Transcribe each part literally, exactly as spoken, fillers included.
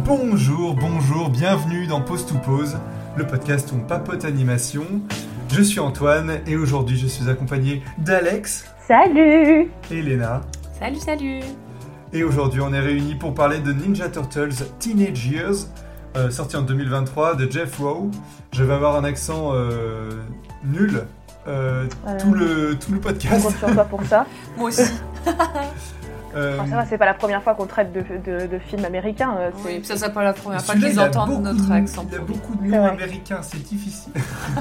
Bonjour, bonjour, bienvenue dans Pause to Pause, le podcast où on papote animation. Je suis Antoine et aujourd'hui je suis accompagné d'Alex. Salut. Et Léna. Salut, salut. Et aujourd'hui on est réunis pour parler de Ninja Turtles Teenage Years, euh, sorti en deux mille vingt-trois, de Jeff Rowe. Je vais avoir un accent euh, nul euh, euh, tout, le, tout le podcast. On compte sur toi pour ça. Moi aussi. Euh... Enfin, ça va, c'est pas la première fois qu'on traite de, de, de films américains. Euh, oui, ça c'est pas la première fois qu'ils entendent notre accent. Il y a beaucoup de noms américains, c'est difficile.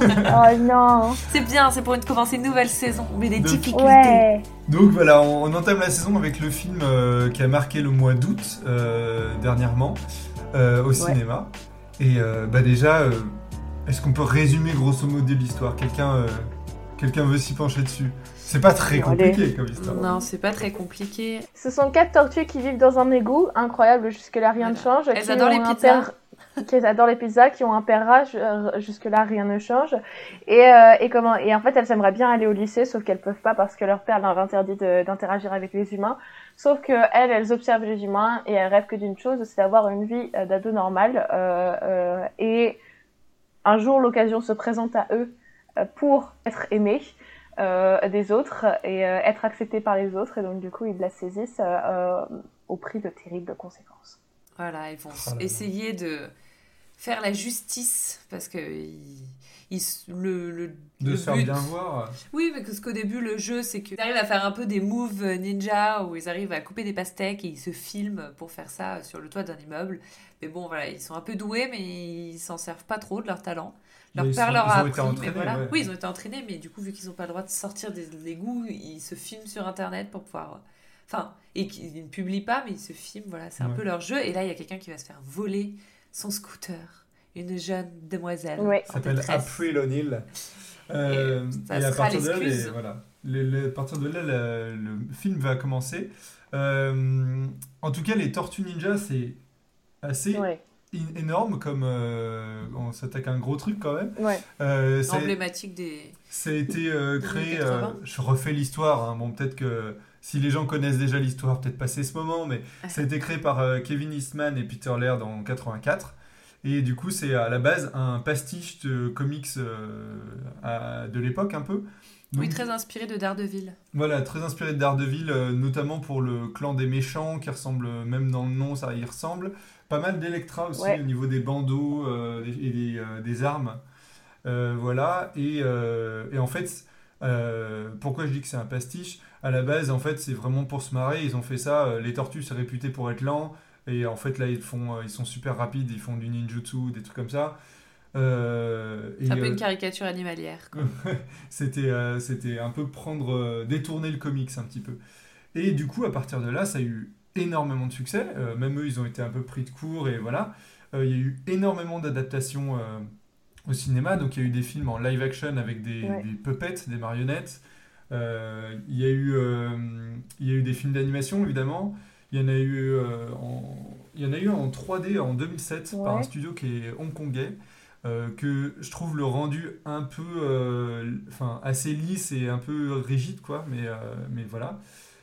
Oh non. C'est bien, c'est pour une, commencer une nouvelle saison, mais des Donc, difficultés. Ouais. Donc voilà, on, on entame la saison avec le film euh, qui a marqué le mois d'août euh, dernièrement euh, au cinéma. Ouais. Et euh, bah déjà, euh, est-ce qu'on peut résumer grosso modo l'histoire ? Quelqu'un, euh, quelqu'un veut s'y pencher dessus ? C'est pas très compliqué Allez. Comme histoire. Non, c'est pas très compliqué. Ce sont quatre tortues qui vivent dans un égout, incroyable, jusque-là rien voilà. ne change. Elles adorent les pizzas. Père... Elles adorent les pizzas, qui ont un père rage, jusque-là rien ne change. Et, euh, et, comment... et en fait, elles aimeraient bien aller au lycée, sauf qu'elles peuvent pas parce que leur père leur interdit de, d'interagir avec les humains. Sauf qu'elles, elles observent les humains et elles rêvent que d'une chose, c'est d'avoir une vie d'ado normale. Euh, euh, et un jour, l'occasion se présente à eux pour être aimées. Euh, des autres et euh, être accepté par les autres, et donc du coup ils la saisissent euh, au prix de terribles conséquences. Voilà, ils vont oh essayer de faire la justice parce que ils, ils, le, le, de le se faire but... bien voir. Oui, mais parce qu'au début le jeu c'est qu'ils arrivent à faire un peu des moves ninja où ils arrivent à couper des pastèques et ils se filment pour faire ça sur le toit d'un immeuble. Mais bon voilà, ils sont un peu doués mais ils s'en servent pas trop de leur talent. Leur mais père sont, leur a appris, mais voilà. Ouais. Oui, ils ont été entraînés, mais du coup, vu qu'ils n'ont pas le droit de sortir des égouts, ils se filment sur Internet pour pouvoir... Enfin, et qu'ils ne publient pas, mais ils se filment, voilà, c'est un ouais. peu leur jeu. Et là, il y a quelqu'un qui va se faire voler son scooter. Une jeune demoiselle. Oui. Ça s'appelle April O'Neil. Euh, et, et à partir de là, les, voilà, les, les, à partir de là, le, le film va commencer. Euh, en tout cas, les Tortues Ninja, c'est assez... Ouais. énorme comme euh, on s'attaque à un gros truc quand même. Ouais. Euh, emblématique des. Ça a été euh, créé. Euh, je refais l'histoire. Hein. Bon, peut-être que si les gens connaissent déjà l'histoire, peut-être passer ce moment, mais ah. ça a été créé par euh, Kevin Eastman et Peter Laird en quatre-vingt-quatre. Et du coup, c'est à la base un pastiche de comics euh, à, de l'époque un peu. Donc, oui, très inspiré de Daredevil. Voilà, très inspiré de Daredevil, euh, notamment pour le clan des méchants, qui ressemble, même dans le nom, ça y ressemble. Pas mal d'Electra aussi, ouais. au niveau des bandeaux euh, et des, euh, des armes. Euh, voilà, et, euh, et en fait, euh, pourquoi je dis que c'est un pastiche ? À la base, en fait, c'est vraiment pour se marrer. Ils ont fait ça, euh, les tortues, c'est réputé pour être lent. Et en fait, là, ils, font, euh, ils sont super rapides, ils font du ninjutsu, des trucs comme ça. Euh, et, un peu euh, une caricature animalière. Quoi. c'était, euh, c'était un peu prendre, euh, détourner le comics un petit peu. Et du coup, à partir de là, ça a eu énormément de succès. Euh, même eux, ils ont été un peu pris de court et voilà. Euh, il y a eu énormément d'adaptations euh, au cinéma. Donc, il y a eu des films en live action avec des, ouais. des puppets, des marionnettes. Euh, il y a eu, euh, il y a eu des films d'animation, évidemment. Il y en a eu, euh, en, il y en a eu en trois D en deux mille sept ouais. par un studio qui est hongkongais. Euh, que je trouve le rendu un peu euh, enfin assez lisse et un peu rigide quoi, mais, euh, mais voilà.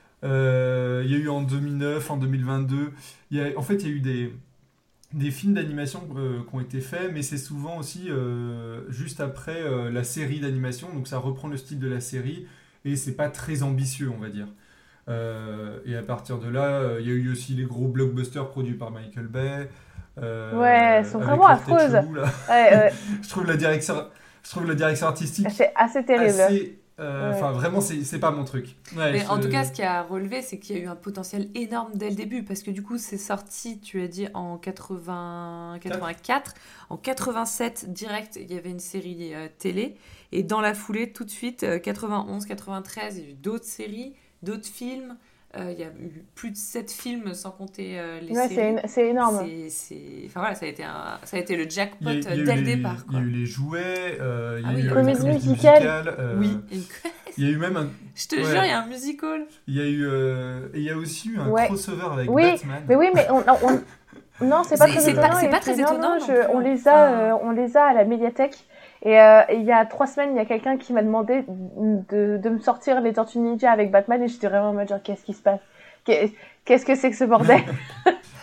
Euh, il y a eu en deux mille neuf, en deux mille vingt-deux, il y a, en fait il y a eu des, des films d'animation euh, qui ont été faits, mais c'est souvent aussi euh, juste après euh, la série d'animation, donc ça reprend le style de la série et c'est pas très ambitieux on va dire. Euh, et à partir de là, euh, il y a eu aussi les gros blockbusters produits par Michael Bay. Euh, ouais, elles sont vraiment affreuses. Chelou, ouais, ouais. je trouve la direction, je trouve la direction artistique. C'est assez terrible. Assez, euh, ouais. vraiment, c'est, c'est pas mon truc. Ouais, Mais je... en tout cas, ce qui a relevé, c'est qu'il y a eu un potentiel énorme dès le début, parce que du coup, c'est sorti, tu as dit, en quatre-vingts, quatre-vingt-quatre. En quatre-vingt-sept, direct, il y avait une série euh, télé, et dans la foulée, tout de suite, euh, quatre-vingt-onze, quatre-vingt-treize, il y a eu d'autres séries, d'autres films. Il euh, y a eu plus de sept films sans compter euh, les ouais, séries. C'est, c'est, c'est énorme. C'est, c'est... Enfin, voilà, ça, a été un... ça a été le jackpot y a, y a dès le les, départ. Il y a eu les jouets, euh, il y a ah, eu oui, une comédie musicale. musicale euh, oui. Il y a eu même un... Je te ouais. jure, il y a un musical. Il y a eu... Euh... Et il y a aussi eu un ouais. crossover avec oui, Batman. Mais oui, mais on... on... Non, c'est pas c'est, très c'est étonnant. Pas, c'est pas très étonnant. Non, je... on, les a, euh, on les a à la médiathèque. Et euh, il y a trois semaines, il y a quelqu'un qui m'a demandé de, de me sortir les Tortues Ninja avec Batman. Et j'étais vraiment en mode genre, qu'est-ce qui se passe ? Qu'est-ce que c'est que ce bordel ?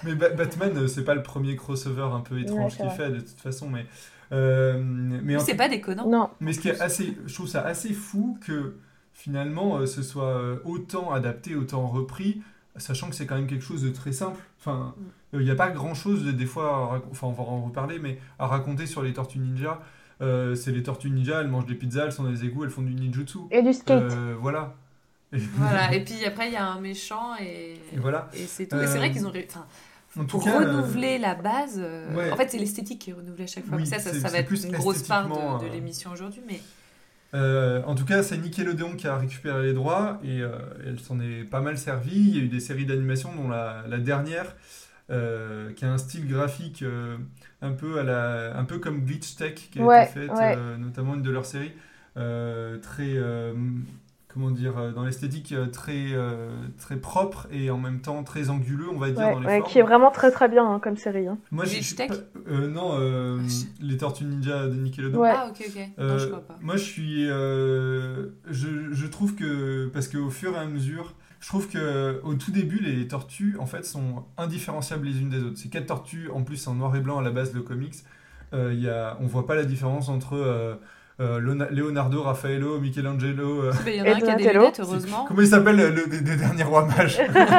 Mais ba- Batman, euh, c'est pas le premier crossover un peu Ouais, étrange c'est qu'il vrai. fait de toute façon, mais euh, mais en C'est tout- pas déconnant. Non. mais ce qui est assez, je trouve ça assez fou que finalement euh, ce soit euh, autant adapté, autant repris, sachant que c'est quand même quelque chose de très simple. Enfin, Mm. il n'y a pas grand-chose de, des fois, à rac- enfin on va en reparler, mais à raconter sur les Tortues Ninja. Euh, c'est les Tortues Ninja, elles mangent des pizzas, elles sont dans des égouts, elles font du ninjutsu. Et du skate. Euh, voilà. Et, Voilà, et puis après il y a un méchant et, et voilà. et c'est tout. Et c'est Euh, vrai qu'ils ont. ré- Enfin, En tout pour cas, euh, renouveler la base, euh, ouais. en fait c'est l'esthétique qui est renouvelée à chaque fois. Oui, ça, ça, c'est- ça c'est va être plus une grosse part esthétiquement, de, de euh, l'émission aujourd'hui, mais Euh, en tout cas, c'est Nickelodeon qui a récupéré les droits et euh, elle s'en est pas mal servie. Il y a eu des séries d'animation, dont la, la dernière, euh, qui a un style graphique euh, un peu à la, un peu comme Glitch Tech, qui a Ouais, été faite, ouais. euh, notamment une de leurs séries, euh, très, euh, comment dire, euh, dans l'esthétique euh, très, euh, très propre et en même temps très anguleux, on va dire, Ouais, dans les ouais, formes. qui est vraiment très très bien hein, comme série. Hein. Moi, je Glitch suis Tech pas- euh, non, euh, les Tortues Ninja de Nickelodeon. Ouais. ah ok ok, non Euh, je vois pas. Moi, je suis. euh, je, je trouve que. Parce qu'au fur et à mesure. Je trouve que au tout début, les tortues, en fait, sont indifférenciables les unes des autres. C'est quatre tortues, en plus, en noir et blanc à la base de comics. Euh, il y a, on voit pas la différence entre euh, euh, Lona- Leonardo, Raffaello, Michelangelo. euh, Il y en Et a un qui a des Donatello. lunettes, c'est- heureusement. Comment il s'appelle le, le- des, des derniers rois mages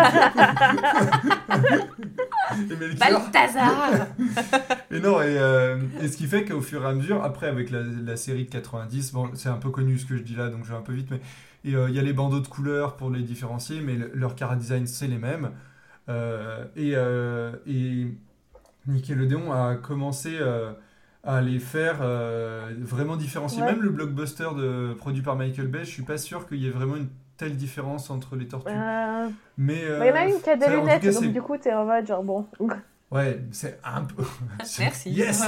Et Melchior. Balthazar. Et non, et, euh, et ce qui fait qu'au fur et à mesure, après avec la, la série de quatre-vingt-dix, bon, c'est un peu connu ce que je dis là, donc je vais un peu vite, mais et, euh, il y a les bandeaux de couleurs pour les différencier, mais le- leur chara design c'est les mêmes. Euh, et, euh, et Nickelodeon a commencé euh, à les faire euh, vraiment différencier. Ouais. Même le blockbuster de, produit par Michael Bay, je suis pas sûr qu'il y ait vraiment une telle différence entre les tortues. Euh, Mais bah, il y en a euh, une qui a des ça, en tout lunettes, cas, donc c'est- du coup t'es en mode genre bon. ouais, c'est un peu. Merci. Yes.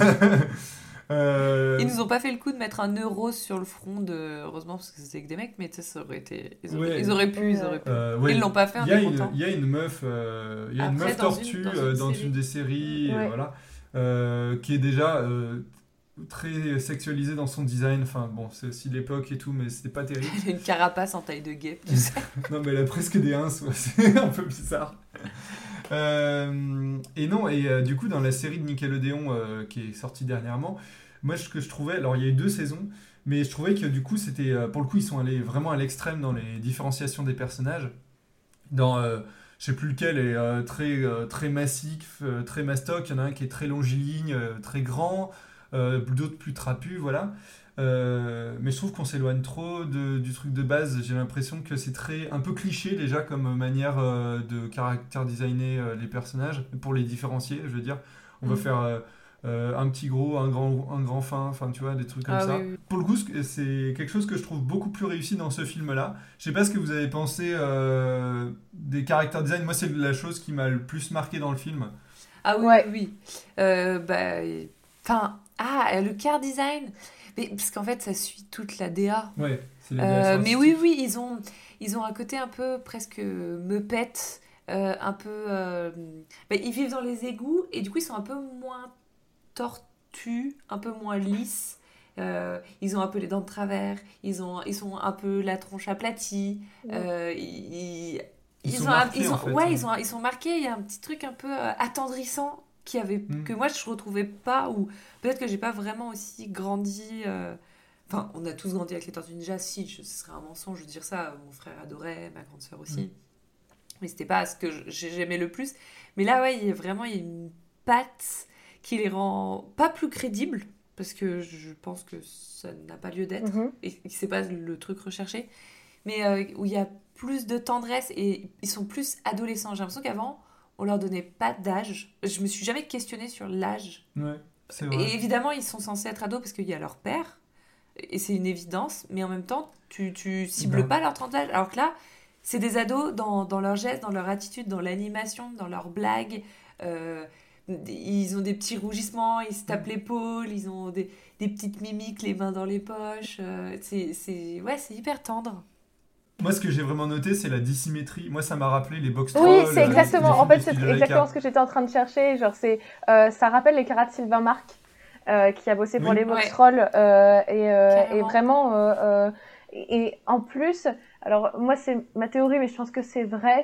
Euh, Ils nous ont pas fait le coup de mettre un euro sur le front de. Heureusement, parce que c'était que des mecs, mais tu sais, ça aurait été. Ils auraient, Ouais. ils auraient pu, ils auraient pu. Euh, ouais, Ils l'ont pas fait, on Il y a est une, content. il y a une meuf, euh, il y a une Après, meuf dans une- tortue dans une euh, dans série. une des séries, Ouais. euh, voilà, euh, qui est déjà euh, très sexualisée dans son design. Enfin bon, c'est aussi l'époque et tout, mais c'était pas terrible. Elle a une carapace en taille de guêpe, tu sais. Non, mais elle a presque des ins, ouais, c'est un peu bizarre. Euh, et non, et euh, du coup, dans la série de Nickelodeon euh, qui est sortie dernièrement, moi, ce que je trouvais, alors il y a eu deux saisons, mais je trouvais que du coup, c'était, euh, pour le coup, ils sont allés vraiment à l'extrême dans les différenciations des personnages. Dans, euh, je sais plus lequel est euh, très, euh, très massif, euh, très mastoc, il y en a un qui est très longiligne, euh, très grand, euh, d'autres plus trapus, voilà. Euh, mais je trouve qu'on s'éloigne trop de- du truc de base. J'ai l'impression que c'est très un peu cliché déjà comme manière euh, de caractère designer euh, les personnages pour les différencier. Je veux dire, on va Mhm. faire euh, euh, un petit gros, un grand, un grand fin, enfin tu vois des trucs comme Ah ça. oui, oui. Pour le coup, ce- c'est quelque chose que je trouve beaucoup plus réussi dans ce film-là. Je sais pas ce que vous avez pensé euh, des caractères design. Moi, c'est la chose qui m'a le plus marqué dans le film. Ah oui, Ouais. oui, oui. Euh, bah, enfin, ah, le car design. Mais parce qu'en fait, ça suit toute la D A. Ouais. C'est les Euh, directions mais oui, artistiques. oui, ils ont, ils ont un côté un peu presque Muppet, euh, un peu. euh, bah, ils vivent dans les égouts et du coup, ils sont un peu moins tortus, un peu moins lisses. Euh, ils ont un peu les dents de travers, ils, ont, ils sont un peu la tronche aplatie. euh, ils, ils, Ils sont ont un- marqués, ils ont- en fait, ouais, hein. ils, ont, ils sont marqués. Il y a un petit truc un peu euh, attendrissant qui avait, Mm. que moi je retrouvais pas, ou peut-être que j'ai pas vraiment aussi grandi. euh, Enfin, on a tous grandi avec les Tortues Ninja, si, je- ce serait un mensonge de dire ça. Mon frère adorait, ma grande sœur aussi. Mm. Mais c'était pas ce que je- j'aimais le plus. Mais là, ouais, il y a vraiment il y a une patte qui les rend pas plus crédibles, parce que je pense que ça n'a pas lieu d'être, Mhm. et que c'est pas le truc recherché. Mais euh, où il y a plus de tendresse et ils sont plus adolescents. J'ai l'impression qu'avant, on leur donnait pas d'âge. Je me suis jamais questionnée sur l'âge. Ouais, c'est vrai. Et évidemment, ils sont censés être ados parce qu'il y a leur père, et c'est une évidence, mais en même temps, tu, tu cibles Ben. pas leur tranche d'âge. Alors que là, c'est des ados dans, dans leurs gestes, dans leur attitude, dans l'animation, dans leurs blagues. Euh, ils ont des petits rougissements, ils se tapent l'épaule, ils ont des, des petites mimiques, les mains dans les poches. euh, c'est, c'est, ouais, c'est hyper tendre. Moi, ce que j'ai vraiment noté, c'est la dissymétrie. Moi, ça m'a rappelé les box Oui, trolls. c'est euh, exactement. les En films fait, de c'est Studio exactement Laika. ce que j'étais en train de chercher. Genre, c'est, euh, ça rappelle les Caras de Sylvain Marc, euh, qui a bossé pour Oui. les Box Ouais. Trolls, euh, et, euh, et Carrément. vraiment. euh, euh, et, et en plus, alors moi, c'est ma théorie, mais je pense que c'est vrai.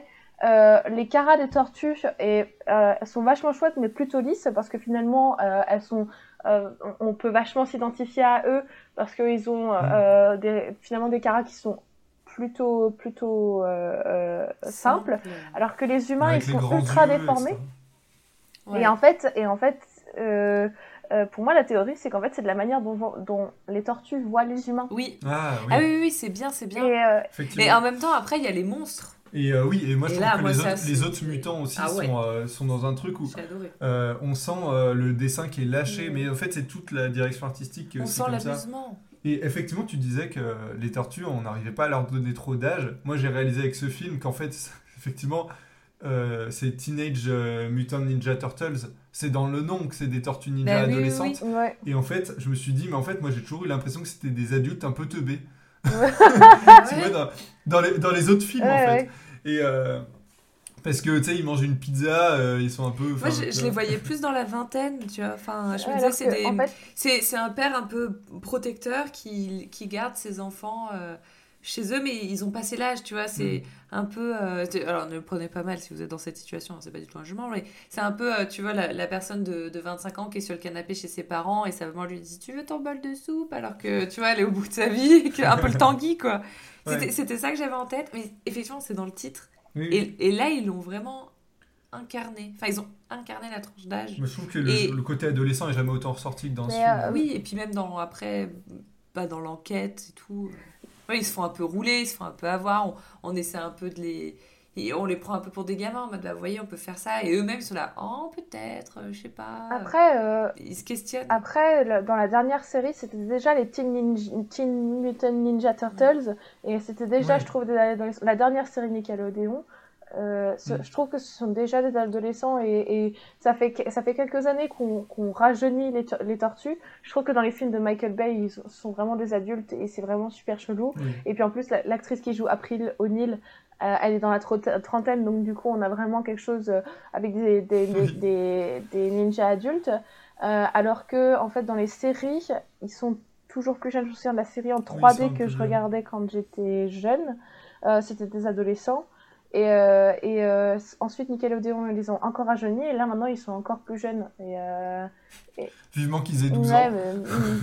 Euh, les caras des tortues, et, euh, elles sont vachement chouettes, mais plutôt lisses, parce que finalement, euh, elles sont, euh, on peut vachement s'identifier à eux, parce qu'ils ont euh, des, finalement des caras qui sont plutôt, plutôt euh, euh, simples, Simple. alors que les humains, Avec ils les sont grands ultra yeux, déformés. et cetera. Ouais. Et en fait, et en fait euh, euh, pour moi, la théorie, c'est qu'en fait, c'est de la manière dont, dont les tortues voient les humains. Oui. Ah Ah oui, oui, oui, oui, c'est bien, c'est bien. Et, euh, Mais effectivement. en même temps, après, il y a les monstres. Et euh, oui, et moi je Et trouve là, que moi, les, ça, autres, les c'est- autres mutants aussi Ah ouais. sont, euh, sont dans un truc où J'ai adoré. euh, on sent euh, le dessin qui est lâché, Mm. mais en fait c'est toute la direction artistique, On c'est sent comme ça. l'amusement. Et effectivement, tu disais que les tortues, on n'arrivait pas à leur donner trop d'âge. Moi, j'ai réalisé avec ce film qu'en fait, effectivement, euh, c'est Teenage euh, Mutant Ninja Turtles. C'est dans le nom que c'est des tortues ninja Bah oui, oui, oui. adolescentes. ouais. Et en fait, je me suis dit, mais en fait, moi, j'ai toujours eu l'impression que c'était des adultes un peu teubés. Ouais. Tu vois, dans, dans les, dans les autres films, en Ouais, fait. ouais. Et euh, parce que, tu sais, ils mangent une pizza, euh, ils sont un peu... Moi, enfin, je, tu je vois. les voyais plus dans la vingtaine, tu vois. Enfin, je me Ouais, disais, alors c'est que, des... en fait, C'est, c'est un père un peu protecteur qui, qui garde ses enfants euh, chez eux, mais ils ont passé l'âge, tu vois. C'est un peu... euh, tu- alors, ne le prenez pas mal si vous êtes dans cette situation, hein, c'est pas du tout un jugement, mais c'est un peu, euh, tu vois, la, la personne de, de vingt-cinq ans qui est sur le canapé chez ses parents et sa maman lui dit « Tu veux ton bol de soupe ?» alors que, tu vois, elle est au bout de sa vie, et que- un peu le Tanguy, quoi. C'était, Ouais. c'était ça que j'avais en tête, mais effectivement, c'est dans le titre. Oui, oui. Et, et là, ils l'ont vraiment incarné. Enfin, ils ont incarné la tranche d'âge. Mais je trouve que le, Et- le côté adolescent est jamais autant ressorti que dans ce Mais, film. euh, Oui, et puis même dans, après, bah, dans l'enquête et tout. Ouais, ils se font un peu rouler, ils se font un peu avoir. On, on essaie un peu de les... et on les prend un peu pour des gamins, en mode, bah, vous voyez, on peut faire ça. Et eux-mêmes, ils sont là, oh, peut-être, euh, je sais pas. après, euh, Ils se questionnent. après le- dans la dernière série, c'était déjà les Teen, Ninja- Teen Mutant Ninja Turtles. Et c'était déjà, Ouais. je trouve, dans dans la dernière série Nickelodeon. Euh, ce- Mm. Je trouve que ce sont déjà des adolescents et, et ça, fait, que- ça fait quelques années qu'on qu'on rajeunit les, tor- les tortues. Je trouve que dans les films de Michael Bay, ils sont vraiment des adultes et c'est vraiment super chelou. Oui. Et puis en plus, la- l'actrice qui joue April O'Neil, euh, elle est dans la tro- trentaine, donc du coup, on a vraiment quelque chose euh, avec des, des, des, Oui. des, des ninjas adultes. Euh, alors que, en fait, dans les séries, ils sont toujours plus jeunes. Je me souviens de la série en trois D sont un que peu je jeunes. regardais quand j'étais jeune. Euh, c'était des adolescents. Et, euh, et euh, ensuite, Nickelodeon, ils les ont encore rajeunis. Et là, maintenant, ils sont encore plus jeunes. Et, euh, Vivement qu'ils aient douze ouais, ans. mais,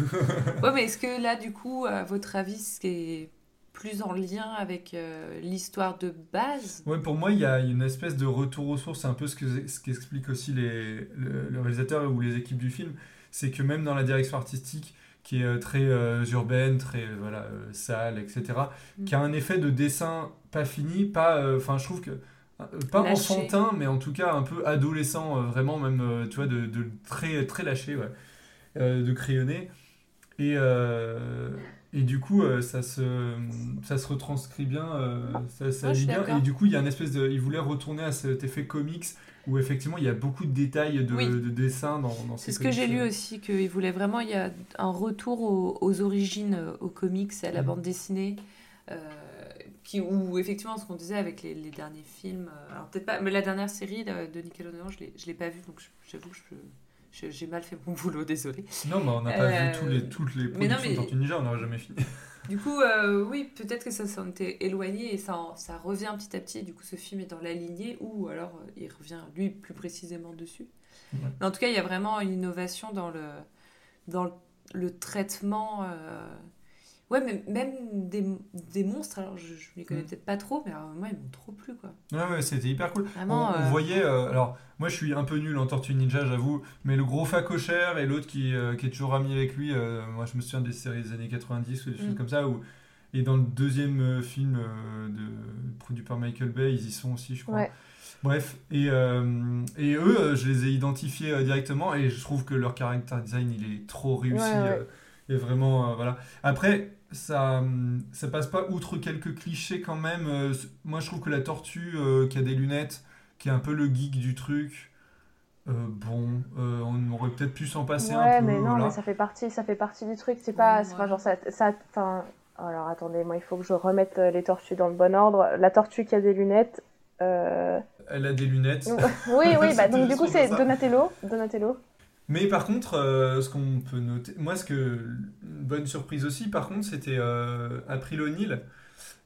mm. Ouais, mais est-ce que là, du coup, à votre avis, c'est plus en lien avec euh, l'histoire de base? Ouais, pour moi, il y a une espèce de retour aux sources. C'est un peu ce que ce qu'explique aussi les, le, le réalisateur ou les équipes du film. C'est que même dans la direction artistique, qui est euh, très euh, urbaine, très euh, voilà, euh, sale, et cetera, Mm. qui a un effet de dessin pas fini, pas, enfin, je trouve que euh, pas Lâché. enfantin, mais en tout cas un peu adolescent, euh, vraiment même, euh, tu vois, de, de très très lâché, ouais, euh, de crayonné. Et, euh, et du coup, euh, ça, se, ça se retranscrit bien, euh, ça, ça Ouais, je lit suis bien. d'accord. Et du coup, il y a une espèce de. Il voulait retourner à cet effet comics où effectivement il y a beaucoup de détails de, Oui. de dessins dans, dans C'est ces ce que j'ai lu comics. aussi, qu'il voulait vraiment, il y a un retour aux, aux origines, euh, aux comics, à la Mhm. bande dessinée, euh, qui, où effectivement, ce qu'on disait avec les, les derniers films, euh, alors peut-être pas, mais la dernière série de, de Nickelodeon, je l'ai, je l'ai pas vue, donc je- j'avoue que je, je- j'ai mal fait mon boulot, désolé. Non, mais on n'a pas Euh, vu tous les, toutes les mais non, productions mais- de Tortue Ninja, on n'aurait jamais fini. Du coup, euh, oui, peut-être que ça s'en était éloigné et ça, en- ça revient petit à petit. Du coup, ce film est dans la lignée ou alors euh, il revient, lui, plus précisément dessus. Ouais. Mais en tout cas, il y a vraiment une innovation dans le, dans le, le traitement. euh, Ouais, mais même des, des monstres, alors je ne les connais Mm. peut-être pas trop, mais alors, moi, ils m'ont trop plu, quoi. Ouais, ouais, c'était hyper cool. Vraiment, on, on euh, voyait, euh, alors moi je suis un peu nul en Tortue Ninja, j'avoue, mais le gros facochère et l'autre qui, euh, qui est toujours ami avec lui, euh, moi je me souviens des séries des années quatre-vingt-dix ou des choses Mm. comme ça, où, et dans le deuxième euh, film euh, de, produit par Michael Bay, ils y sont aussi, je crois. Ouais. Bref, et, euh, et eux, euh, je les ai identifiés euh, directement et je trouve que leur character design il est trop réussi. Ouais, ouais. euh, et vraiment, euh, voilà. Après, ça, hum, ça passe pas outre quelques clichés quand même. euh, c- moi, je trouve que la tortue euh, qui a des lunettes, qui est un peu le geek du truc, euh, bon, euh, on aurait peut-être pu s'en passer Ouais, un peu. mais non, voilà. mais ça fait partie, ça fait partie du truc. C'est pas, Ouais, c'est ouais. pas genre ça, ça, enfin. Alors attendez, moi il faut que je remette euh, les tortues dans le bon ordre. La tortue qui a des lunettes. euh, Elle a des lunettes. Oui, oui, bah C'était donc du juste coup pour c'est ça. Donatello, Donatello. Mais par contre, euh, ce qu'on peut noter, moi, ce que une bonne surprise aussi, par contre, c'était euh, April O'Neil,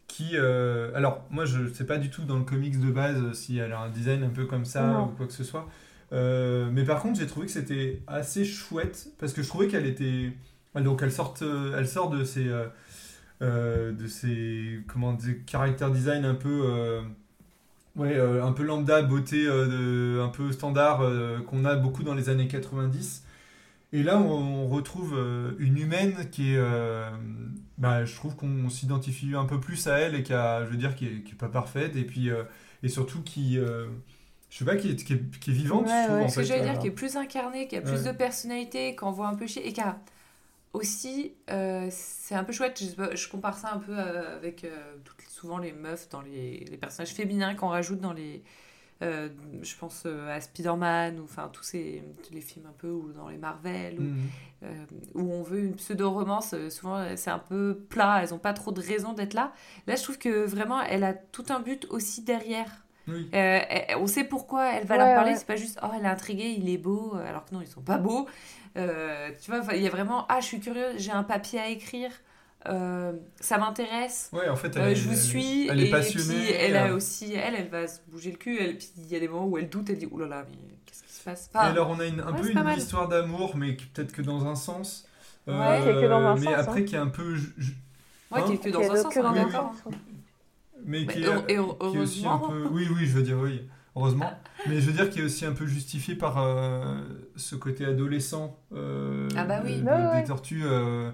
qui... euh, alors, moi, je sais pas du tout dans le comics de base euh, si elle a un design un peu comme ça Non. ou quoi que ce soit. Euh, mais par contre, j'ai trouvé que c'était assez chouette parce que je trouvais qu'elle était... Donc, elle sort, euh, elle sort de ses... euh, euh, de ses... Comment dire, caractère design un peu... euh, ouais, euh, un peu lambda, beauté euh, de- un peu standard euh, qu'on a beaucoup dans les années quatre-vingt-dix. Et là, on, on retrouve euh, une humaine qui est, euh, bah, je trouve qu'on s'identifie un peu plus à elle et qui a, je veux dire, qui est, qui est pas parfaite et puis euh, et surtout qui, euh, je sais pas, qui est, qui est, qui est vivante, je Ouais, trouve ouais. en Ce que fait. j'allais dire, Voilà. qui est plus incarné, qui a plus Ouais. de personnalité, qu'on voit un peu chier, et qui a aussi, euh, c'est un peu chouette, je, sais pas, je compare ça un peu euh, avec euh, toutes, souvent les meufs dans les, les personnages féminins qu'on rajoute dans les... euh, je pense euh, à Spider-Man, ou enfin tous ces tous les films un peu, ou dans les Marvel, ou, Mhm. euh, où on veut une pseudo-romance, euh, souvent euh, c'est un peu plat, elles n'ont pas trop de raison d'être là. Là, je trouve que vraiment, elle a tout un but aussi derrière. Oui. Euh, elle- on sait pourquoi elle va Ouais, leur parler, ouais. c'est pas juste oh elle est intriguée, il est beau, euh, alors que non, ils sont pas beaux. Euh, tu vois, enfin, il y a vraiment ah je suis curieuse, j'ai un papier à écrire, euh, ça m'intéresse, Ouais, en fait, elle euh, est, je vous elle, suis, elle est et puis passionnée. elle euh, a aussi, elle, elle va se bouger le cul, elle, puis il y a des moments où elle doute, elle dit oh là là, mais qu'est-ce qui se passe? Et Enfin, alors, on a une, un ouais, peu c'est pas une mal. histoire d'amour, mais qui- peut-être que dans un sens. Ouais, qui est que dans Euh, un mais sens, hein. après, qui est un peu. ju- ju- Ouais, Hein qui est que Qui dans est un de- sens, que on dans est Oui, un oui. d'accord. sens. Ouais. Mais Mais qui est, heure- et heure- qui est aussi un heureusement. peu... Oui, oui, je veux dire, oui, heureusement. Mais je veux dire qui est aussi un peu justifié par euh, ce côté adolescent euh, Ah bah oui. de- Ouais, de- des ouais. tortues. euh,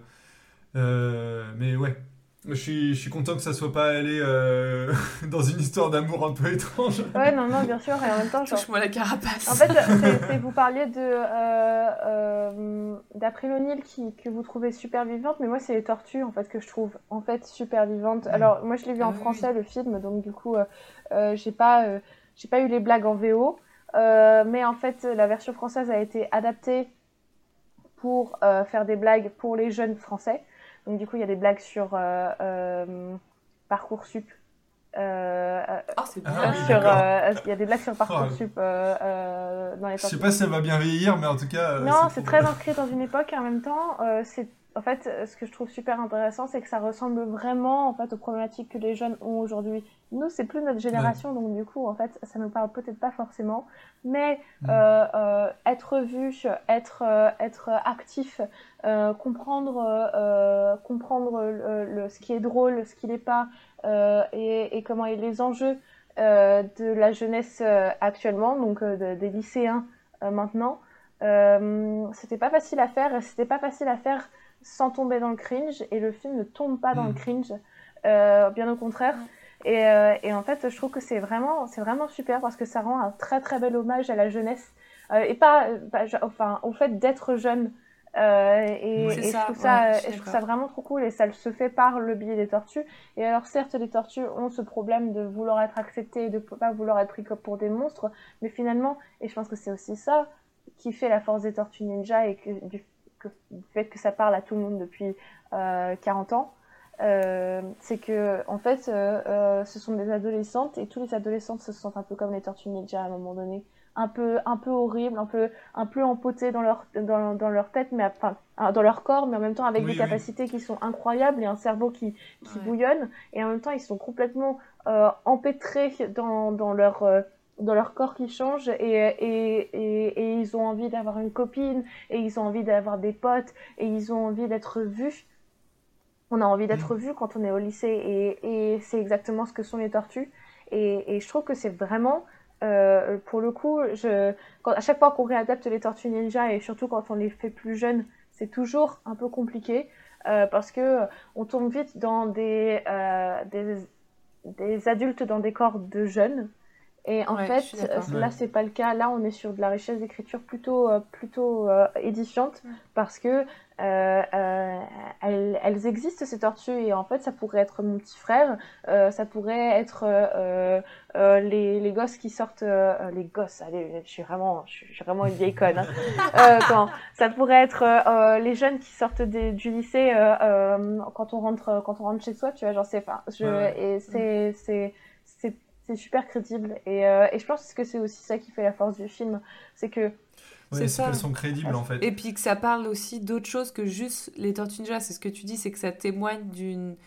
euh, mais ouais, je suis, je suis content que ça soit pas allé euh, dans une histoire d'amour un peu étrange. Ouais, non, non, bien sûr, et en même temps, genre... Touche-moi la En carapace. fait, c'est, c'est- vous parliez de euh, euh, d'April O'Neil qui que vous trouvez super vivante, mais moi c'est les tortues en fait que je trouve en fait super vivantes. Mm. Alors moi je l'ai vu Ah en oui, français oui. le film, donc du coup euh, euh, j'ai pas euh, j'ai pas eu les blagues en V O, euh, mais en fait la version française a été adaptée pour euh, faire des blagues pour les jeunes français. Donc du coup il y a des blagues sur euh, euh, Parcoursup. Euh, euh, Oh, c'est Ah bien. oui, sur, d'accord. euh, il y a des blagues sur Oh, Parcoursup euh, euh, dans les je sais tortues. pas si elle va bien vieillir, mais en tout cas, euh, Non, c'est c'est trop très drôle. inscrit dans une époque et en même temps, euh, c'est en fait euh, ce que je trouve super intéressant, c'est que ça ressemble vraiment en fait aux problématiques que les jeunes ont aujourd'hui. Nous, c'est plus notre Ouais. génération, donc du coup, en fait, ça nous parle peut-être pas forcément, mais Mm. euh, euh, être vu, être euh, être actif, euh, comprendre euh, euh, comprendre le, le- ce qui est drôle, ce qui l'est pas, euh, et, et comment est les enjeux euh, de la jeunesse euh, actuellement, donc euh, de- des lycéens euh, maintenant. Euh, c'était pas facile à faire et c'était pas facile à faire sans tomber dans le cringe et le film ne tombe pas dans le Mm. cringe, euh, bien au contraire. Mm. Et, euh, et en fait, je trouve que c'est vraiment, c'est vraiment super parce que ça rend un très très bel hommage à la jeunesse euh, et pas, pas- enfin, au fait d'être jeune. Euh, et, C'est et je ça, trouve ça, ouais, je et suis je trouve ça d'accord. vraiment trop cool et ça se fait par le biais des tortues. Et alors certes, les tortues ont ce problème de vouloir être acceptées et de pas vouloir être pris comme pour des monstres, mais finalement, et je pense que c'est aussi ça qui fait la force des Tortues Ninja et que, du, que, du fait que ça parle à tout le monde depuis euh, quarante ans, euh, c'est que en fait, euh, euh, ce sont des adolescentes et tous les adolescentes se sentent un peu comme les Tortues Ninja à un moment donné, un peu, un peu horribles, un peu, un peu empotées dans leur, dans, dans leur tête, mais enfin, dans leur corps, mais en même temps avec Oui, des oui. capacités qui sont incroyables et un cerveau qui, qui Ouais. bouillonne, et en même temps ils sont complètement euh, empêtrés dans, dans leur euh, dans leur corps qui change et, et, et, et ils ont envie d'avoir une copine et ils ont envie d'avoir des potes et ils ont envie d'être vus. On a envie d'être Mm. vus quand on est au lycée et, et c'est exactement ce que sont les tortues et, et je trouve que c'est vraiment euh, pour le coup je, quand, à chaque fois qu'on réadapte les Tortues Ninja et surtout quand on les fait plus jeunes c'est toujours un peu compliqué euh, parce que on tombe vite dans des, euh, des, des adultes dans des corps de jeunes. Et en Ouais, je suis fait, d'accord. là, Ouais. c'est pas le cas. Là, on est sur de la richesse d'écriture plutôt, euh, plutôt euh, édifiante Ouais. parce que euh, euh, elles, elles existent, ces tortues, et en fait, ça pourrait être mon petit frère, euh, ça pourrait être euh, euh, les, les gosses qui sortent, euh, les gosses, allez, je suis vraiment, je suis vraiment une vieille conne, hein. Euh, quand, ça pourrait être euh, les jeunes qui sortent des, du lycée euh, euh, quand on rentre, quand on rentre chez soi, tu vois, genre c'est, enfin, je, Ouais, ouais. et c'est, c'est, c'est c'est super crédible et, euh, et je pense que c'est aussi ça qui fait la force du film, c'est que Ouais, C'est c'est qu'elles ça. sont crédibles en fait. Et puis que ça parle aussi d'autre chose que juste les Tortues Ninja. C'est ce que tu dis, c'est que ça témoigne d'une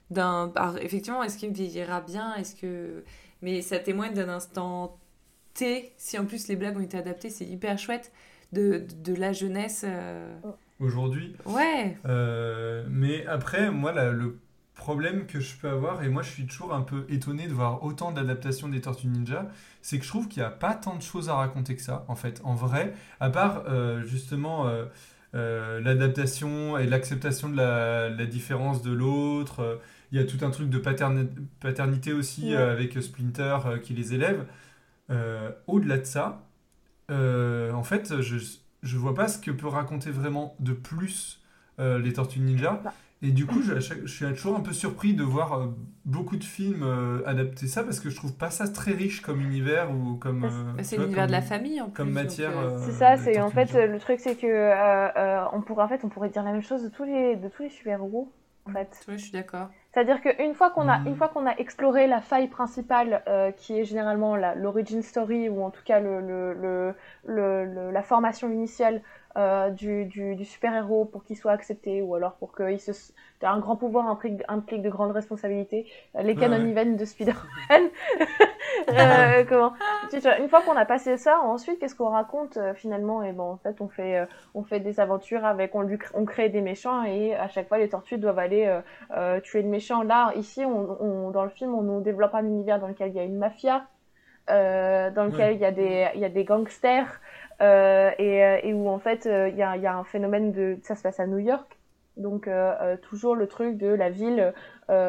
d'un... Alors, effectivement, est-ce qu'il vieillira bien? Est-ce que... Mais ça témoigne d'un instant T. Si en plus les blagues ont été adaptées, c'est hyper chouette. De, de, de la jeunesse. Euh... Aujourd'hui. Ouais. Euh, mais après, moi, la- le problème que je peux avoir, et moi je suis toujours un peu étonné de voir autant d'adaptations des Tortues Ninja, c'est que je trouve qu'il n'y a pas tant de choses à raconter que ça, en fait, en vrai, à part euh, justement euh, euh, l'adaptation et l'acceptation de la, la différence de l'autre. euh, Il y a tout un truc de paterni- paternité aussi Ouais. euh, avec Splinter euh, qui les élève. Euh, au-delà de ça, euh, en fait, je, je vois pas ce que peut raconter vraiment de plus euh, les Tortues Ninja. Bah, Et du coup, je, à chaque- je suis toujours un peu surpris de voir euh, beaucoup de films euh, adapter ça parce que je trouve pas ça très riche comme univers ou comme, Bah, euh, Bah, tu c'est vois, l'univers de la comme, famille en comme plus. Donc, matière euh, c'est euh, ça, des c'est en Tortues fait Ninja. euh, le truc c'est que euh, euh, on pourrait en fait on pourrait dire la même chose de tous les de tous les super-héros en fait. tu vois, je suis d'accord. C'est-à-dire qu'une fois qu'on a une Hmm. fois qu'on a exploré la faille principale euh, qui est généralement la- l'origin story ou en tout cas le, le, le, le- le- la formation initiale euh, du, du, du super-héros pour qu'il soit accepté ou alors pour qu'il se un grand pouvoir implique, implique de grandes responsabilités, les Ouais, canon ouais. events de Spider-Man. Euh, comment tu vois, une fois qu'on a passé ça, ensuite qu'est-ce qu'on raconte euh, finalement? Et bon, en fait, on fait euh, on fait des aventures avec on lui cr- on crée des méchants et à chaque fois les tortues doivent aller euh, euh, tuer le méchant. Là, ici, on, on- dans le film, on nous développe un univers dans lequel il y a une mafia, euh, dans Ouais. lequel il y a des il y a des gangsters euh, et, euh, et où en fait euh, il y a il y a un phénomène de ça se passe à New York. Donc euh, euh, toujours le truc de la ville, euh,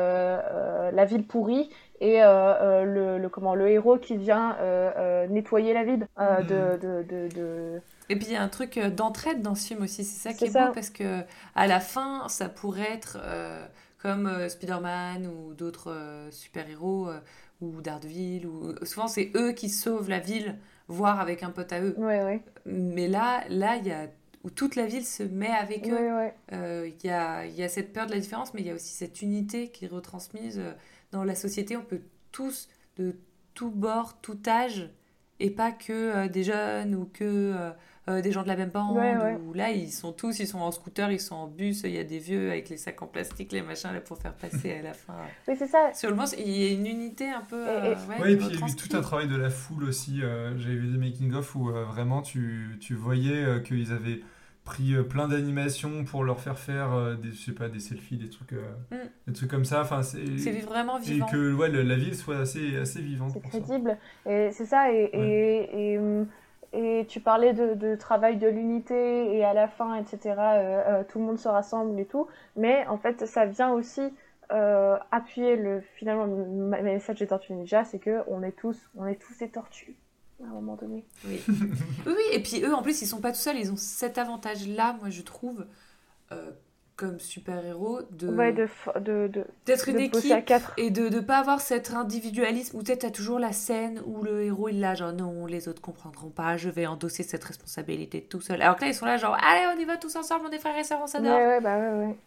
euh, la ville pourrie et euh, euh, le, le comment le héros qui vient euh, euh, nettoyer la ville euh, de, Hmm. de, de, de... Et puis il y a un truc euh, d'entraide dans ce film aussi, c'est ça qui C'est est beau ça. parce que à la fin, ça pourrait être euh, comme euh, Spider-Man ou d'autres euh, super-héros euh, ou Daredevil ou souvent c'est eux qui sauvent la ville, voire avec un pote à eux. Ouais, ouais. Mais là, là il y a où toute la ville se met avec eux. Ouais, ouais. Euh, Il y a, il y a cette peur de la différence, mais il y a aussi cette unité qui est retransmise euh, dans la société. On peut tous, de tout bord, tout âge, et pas que euh, des jeunes ou que euh, euh, des gens de la même Ouais, bande. ouais. Ou là, ils sont tous, ils sont en scooter, ils sont en bus. Il y a des vieux avec les sacs en plastique, les machins là pour faire passer à la fin. Oui, c'est ça. Sur le moment, il y a une unité un peu Et, euh, et... ouais, Ouais, et qui puis il y a eu retranscrit. tout un travail de la foule aussi. euh, J'avais vu des making-of où euh, vraiment tu, tu voyais euh, qu'ils avaient pris euh, plein d'animations pour leur faire faire euh, des, je sais pas, des selfies, des trucs, euh, Mm. des trucs comme ça. Enfin, c'est, C'est vraiment et vivant. que ouais, le- la ville soit assez, assez vivante C'est pour ça. crédible. Et c'est ça. Et, Ouais. et, et, hum, et tu parlais de, de travail de l'unité et à la fin, et cetera, euh, euh, tout le monde se rassemble et tout. Mais en fait, ça vient aussi euh, appuyer le, finalement, le ma- message des Tortues Ninja, c'est que on est tous, on est tous des tortues à un moment donné. Oui. Oui, oui, et puis eux, en plus, ils sont pas tout seuls, ils ont cet avantage-là, moi, je trouve, euh, comme super-héros, Ouais, de de, f- de, de, d'être une de bosser à équipe quatre. et de ne pas avoir cet individualisme où peut-être t'as toujours la scène où le héros, il est là, genre, non, les autres comprendront pas, je vais endosser cette responsabilité tout seul. Alors que là, ils sont là, genre, allez, on y va tous ensemble, on est frères et sœurs, on Ouais, s'adore. ouais, bah ouais, ouais.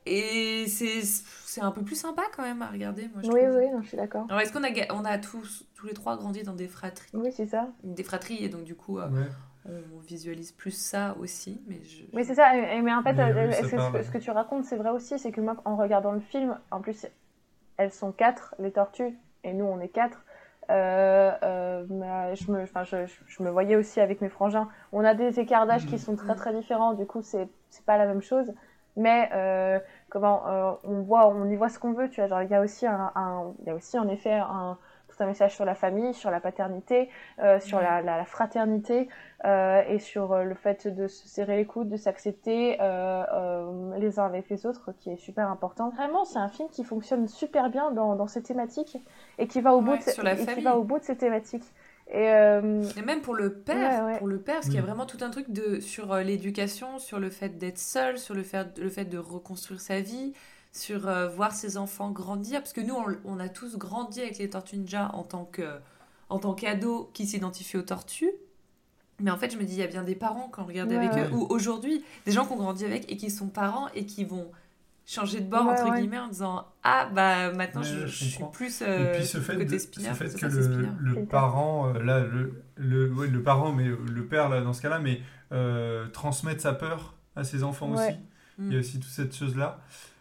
Et c'est, c'est un peu plus sympa, quand même, à regarder, moi, je Oui, trouve. oui, non, je suis d'accord. Alors, est-ce qu'on a, ga- on a tous, tous les trois grandi dans des fratries, Oui, c'est ça. des fratries, et donc, du coup... euh, Ouais. on visualise plus ça aussi, mais je... Oui, c'est ça. Et- Mais en fait, Mais euh, oui, ça ce, ce parle. que, ce que tu racontes, c'est vrai aussi, c'est que moi, en regardant le film, en plus, elles sont quatre, les tortues, et nous, on est quatre. Euh, euh, mais je, me, enfin, je, je- je me voyais aussi avec mes frangins. On a des écarts d'âge qui Mhm. sont très Mm. très différents, du coup, c'est c'est pas la même chose. Mais euh, comment euh, on voit, on y voit ce qu'on veut, tu vois. Genre, il y a aussi un, un- il y a aussi en effet un tout un message sur la famille, sur la paternité, euh, sur Ouais. la, la, la fraternité euh, et sur euh, le fait de se serrer les coudes, de s'accepter euh, euh, les uns avec les autres, qui est super important. Vraiment, c'est un film qui fonctionne super bien dans, dans ses thématiques et qui va au bout Ouais, de, ses- sur la et qui famille. va au bout de ses thématiques. Et euh, Et même pour le père, ouais, ouais. pour le père, parce qu'il y a Oui. vraiment tout un truc de, sur euh, l'éducation, sur le fait d'être seul, sur le fait, le fait de reconstruire sa vie, sur euh, voir ses enfants grandir. Parce que nous, on, on a tous grandi avec les Tortues Ninja en tant que, en tant qu'ados qui s'identifient aux tortues. Mais en fait, je me dis, il y a bien des parents qui ont regardé Ouais, avec ouais. eux, ou aujourd'hui, des gens qui ont grandi avec et qui sont parents et qui vont changer de bord, Ouais, entre ouais. guillemets, en disant, ah, bah maintenant, Ouais, je, ouais, je je suis comprends. plus Et euh, puis ce fait, côté de, Spinner. ce fait C'est que ça, c'est le, Spinner. le Splinter. parent, euh, là, le, le, ouais, le parent, mais le père là, dans ce cas-là, mais euh, transmettre sa peur à ses enfants Ouais. aussi. Il y a aussi toute cette chose-là.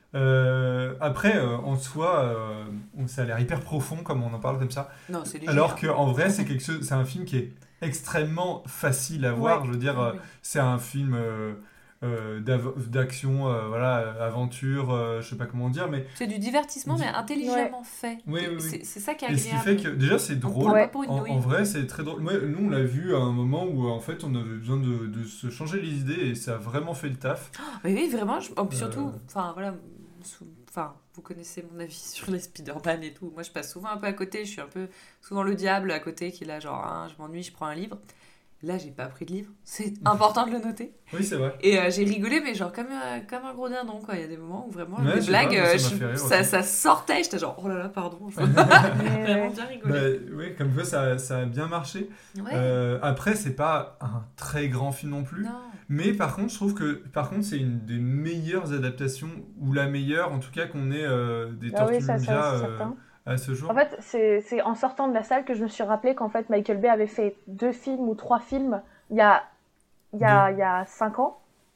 Euh, après, euh, en soi, euh, on- ça a l'air hyper profond, comme on en parle comme ça. Non, c'est léger. Alors Hein. qu'en vrai, c'est quelque chose, c'est un film qui est extrêmement facile à voir. Ouais. Je veux dire, Ah euh, oui. c'est un film euh, euh, d'av- d'action, euh, voilà, euh, aventure, euh, je sais pas comment dire, mais C'est du divertissement, Di- mais intelligemment fait. oui, Et oui, oui. C'est c'est ça qui est Et ce qui agréable. fait que déjà c'est On drôle. prend Ouais. pas pour une En, nouille. en vrai, c'est très drôle. Moi, nous, on l'a vu à un moment où en fait on avait besoin de, de se changer les idées et ça a vraiment fait le taf. Mais oui, vraiment, je- oh, puis surtout, Euh. enfin voilà, sous- enfin, vous connaissez mon avis sur les Spider-Man et tout. Moi, je passe souvent un peu à côté. Je suis un peu souvent le diable à côté qui est là, genre, hein, je m'ennuie, je prends un livre. Là, j'ai pas pris de livre. C'est important de le noter. Oui, c'est vrai. Et euh, j'ai rigolé, mais genre comme, euh, comme un gros dindon, quoi. Il y a des moments où vraiment, Ouais, les je sais blagues, pas, moi, euh, ça m'a je- fait rire ça, aussi. ça sortait. J'étais genre, oh là là, pardon. Je veux Mais, vraiment ouais. bien Bah, rigoler. oui, comme quoi ça, ça a bien marché. Ouais. Euh, après, c'est pas un très grand film non plus. Non. Mais par contre, je trouve que par contre, c'est une des meilleures adaptations, ou la meilleure en tout cas, qu'on ait euh, des Ah Tortues oui, ça, ça, Ninja c'est euh, certain. à ce jour. En fait, c'est c'est en sortant de la salle que je me suis rappelé qu'en fait, Michael Bay avait fait deux films ou trois films il y a, il y a, il y a cinq ans,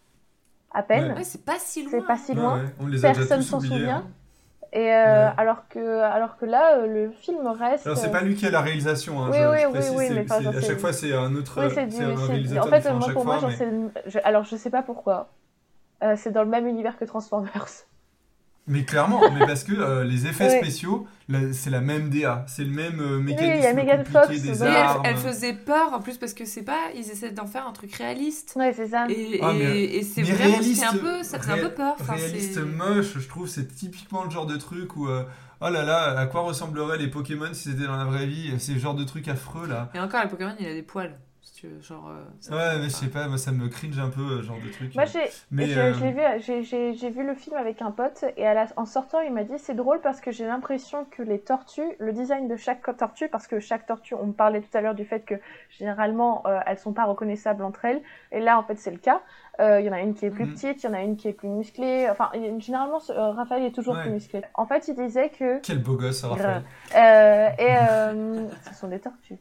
à peine. Ouais. Ouais, c'est pas si loin. C'est pas si Ouais, loin. ouais, on les a déjà Personne tous s'en oubliés. souvient. hein. Et euh, Ouais. alors, que, alors que là, euh, le film reste. Alors, c'est pas lui qui a la réalisation, hein, Oui, je, oui, je oui, précise. oui, c'est- mais enfin, c'est- j'en à sais- chaque fois, c'est un autre Oui, c'est du. c'est un c'est- réalisateur En fait, différent à moi, chaque pour moi, fois. genre, mais... c'est le- je- alors je sais pas pourquoi. Euh, c'est dans le même univers que Transformers. mais clairement, mais parce que euh, les effets Ouais. spéciaux, là, c'est la même D A, c'est le même euh, il y a mécanisme Megan compliqué Fox des dans- Oui, elle, armes. elle faisait peur en plus parce que c'est pas, ils essaient d'en faire un truc réaliste. Ouais, c'est ça. Et, Ah, et, mais- et c'est mais vraiment, réaliste, c'était un peu, ça faisait un peu ré- peur. Enfin, réaliste c'est- moche, je trouve, c'est typiquement le genre de truc où, euh, oh là là, à quoi ressembleraient les Pokémon si c'était dans la vraie vie? C'est le genre de truc affreux là. Et encore, le Pokémon, il a des poils. Si tu veux, genre. euh, ça- Ouais, mais je enfin, sais pas, moi ça me cringe un peu, euh, ce genre de truc. Moi, j'ai Mais, je, euh, je l'ai vu, j'ai, j'ai, j'ai vu le film avec un pote et à la- en sortant, il m'a dit c'est drôle parce que j'ai l'impression que les tortues, le design de chaque tortue, parce que chaque tortue, on me parlait tout à l'heure du fait que généralement euh, elles sont pas reconnaissables entre elles, et là en fait c'est le cas. Euh, Il y en a une qui est plus Mhm. petite, il y en a une qui est plus musclée. Enfin, il- généralement, euh, Raphaël est toujours Ouais. plus musclé. En fait, il disait que Quel beau gosse, Raphaël. Euh, et euh, ce sont des tortues.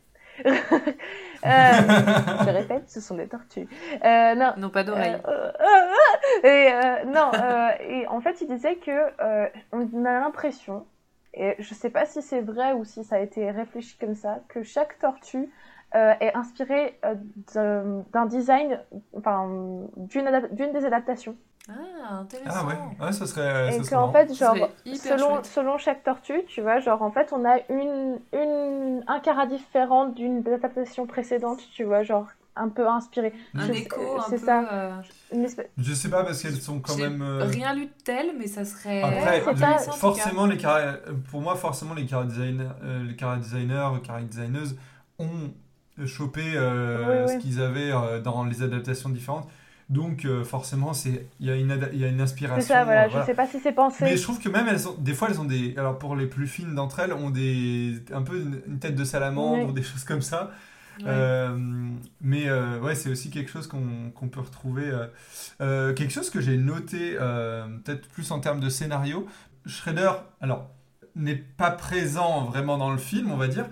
Euh, je répète, ce sont des tortues. Euh, non. Non, pas d'oreilles. Euh, euh, euh, et euh, non. euh, et en fait, il disait que euh, on a l'impression, et je sais pas si c'est vrai ou si ça a été réfléchi comme ça, que chaque tortue euh, est inspirée euh, d'un- d'un design, enfin d'une adap- d'une des adaptations. Ah, intéressant. Ah ouais, ouais, ça serait. Et ça serait qu'en marrant. fait, Ça genre, serait hyper selon, chouette. selon chaque tortue, tu vois, genre, en fait, on a une, une, un cara différent d'une des adaptations précédentes, tu vois, genre, un peu inspiré. Un Je- écho, un c'est peu. ça. euh, Une espèce- Je sais pas parce qu'elles sont quand j'ai même. euh, rien lu de tel, mais ça serait. Après, c'est je- pas- intéressant, en tout cas. forcément, les cara- pour moi, forcément, les cara designers, euh, les cara designers, cara designeuses ont chopé euh, Oui, ce oui. qu'ils avaient euh, dans les adaptations différentes. Donc, euh, forcément, c'est il y a une ada- il y a une inspiration. C'est ça, voilà, euh, je sais pas si c'est pensé. Mais je trouve que même elles ont, des fois, elles ont des. Alors, pour les plus fines d'entre elles, ont des un peu une, une tête de salamandre Oui. ou des choses comme ça. Ouais. Euh, mais euh, ouais, c'est aussi quelque chose qu'on qu'on peut retrouver. euh. Euh, quelque chose que j'ai noté, euh, peut-être plus en termes de scénario. Shredder, alors, n'est pas présent vraiment dans le film, on va dire.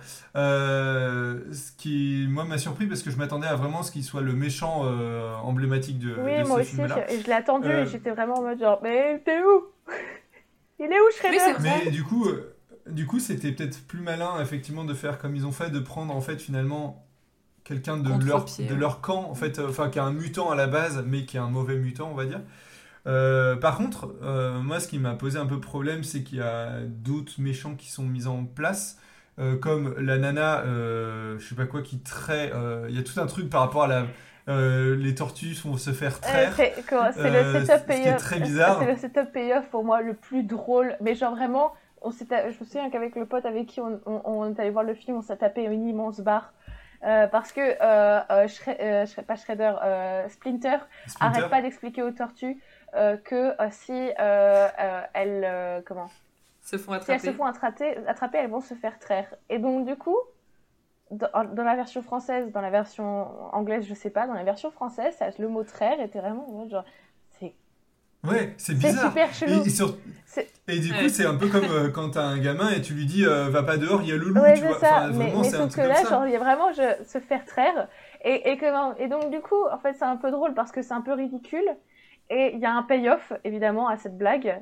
Euh, ce qui, moi, m'a surpris parce que je m'attendais à vraiment ce qu'il soit le méchant euh, emblématique de, Oui, de moi ce aussi, film-là. je- et je l'ai attendu Euh, et j'étais vraiment en mode genre, mais t'es où? Il est où, Shredder? Oui, c'est vrai. Mais du coup, euh, du coup, c'était peut-être plus malin, effectivement, de faire comme ils ont fait, de prendre en fait finalement quelqu'un de leur, Contre-pied, de ouais. leur camp, en fait, euh, enfin qui est un mutant à la base, mais qui est un mauvais mutant, on va dire. Euh, par contre, euh, moi, ce qui m'a posé un peu problème, c'est qu'il y a d'autres méchants qui sont mis en place, euh, comme la nana, euh, je sais pas quoi, qui trait. euh, Il y a tout un truc par rapport à la. euh, les tortues vont se faire Euh, traire. c'est quoi, c'est Euh, le ce setup qui est payoff. très bizarre. C'est le setup payoff pour moi le plus drôle. Mais genre vraiment, on s'est ta- je me souviens qu'avec le pote avec qui on, on, on est allé voir le film, on s'est tapé une immense barre. Euh, parce que, euh, euh, Shre- euh, Shre- pas Shredder, euh, Splinter, Splinter. arrête pas d'expliquer aux tortues euh, que euh, si euh, euh, elles, euh, comment, Se font si elles attraper. se font attraper, attraper, elles vont se faire traire. Et donc du coup, dans, dans la version française, dans la version anglaise, je sais pas, dans la version française, ça- le mot traire était vraiment en mode genre, c'est Ouais, c'est c'est bizarre. super chelou. Et, et sur- C'est- et du coup, Ouais. c'est un peu comme euh, quand t'as un gamin et tu lui dis euh, va pas dehors, il y a le loup, Ouais, tu c'est vois. ça. Enfin, mais vraiment, mais c'est un sauf que truc là, comme ça. genre, il y a vraiment je, se faire traire. Et, et, comment, et donc, du coup, en fait, c'est un peu drôle parce que c'est un peu ridicule. Et il y a un payoff, évidemment, à cette blague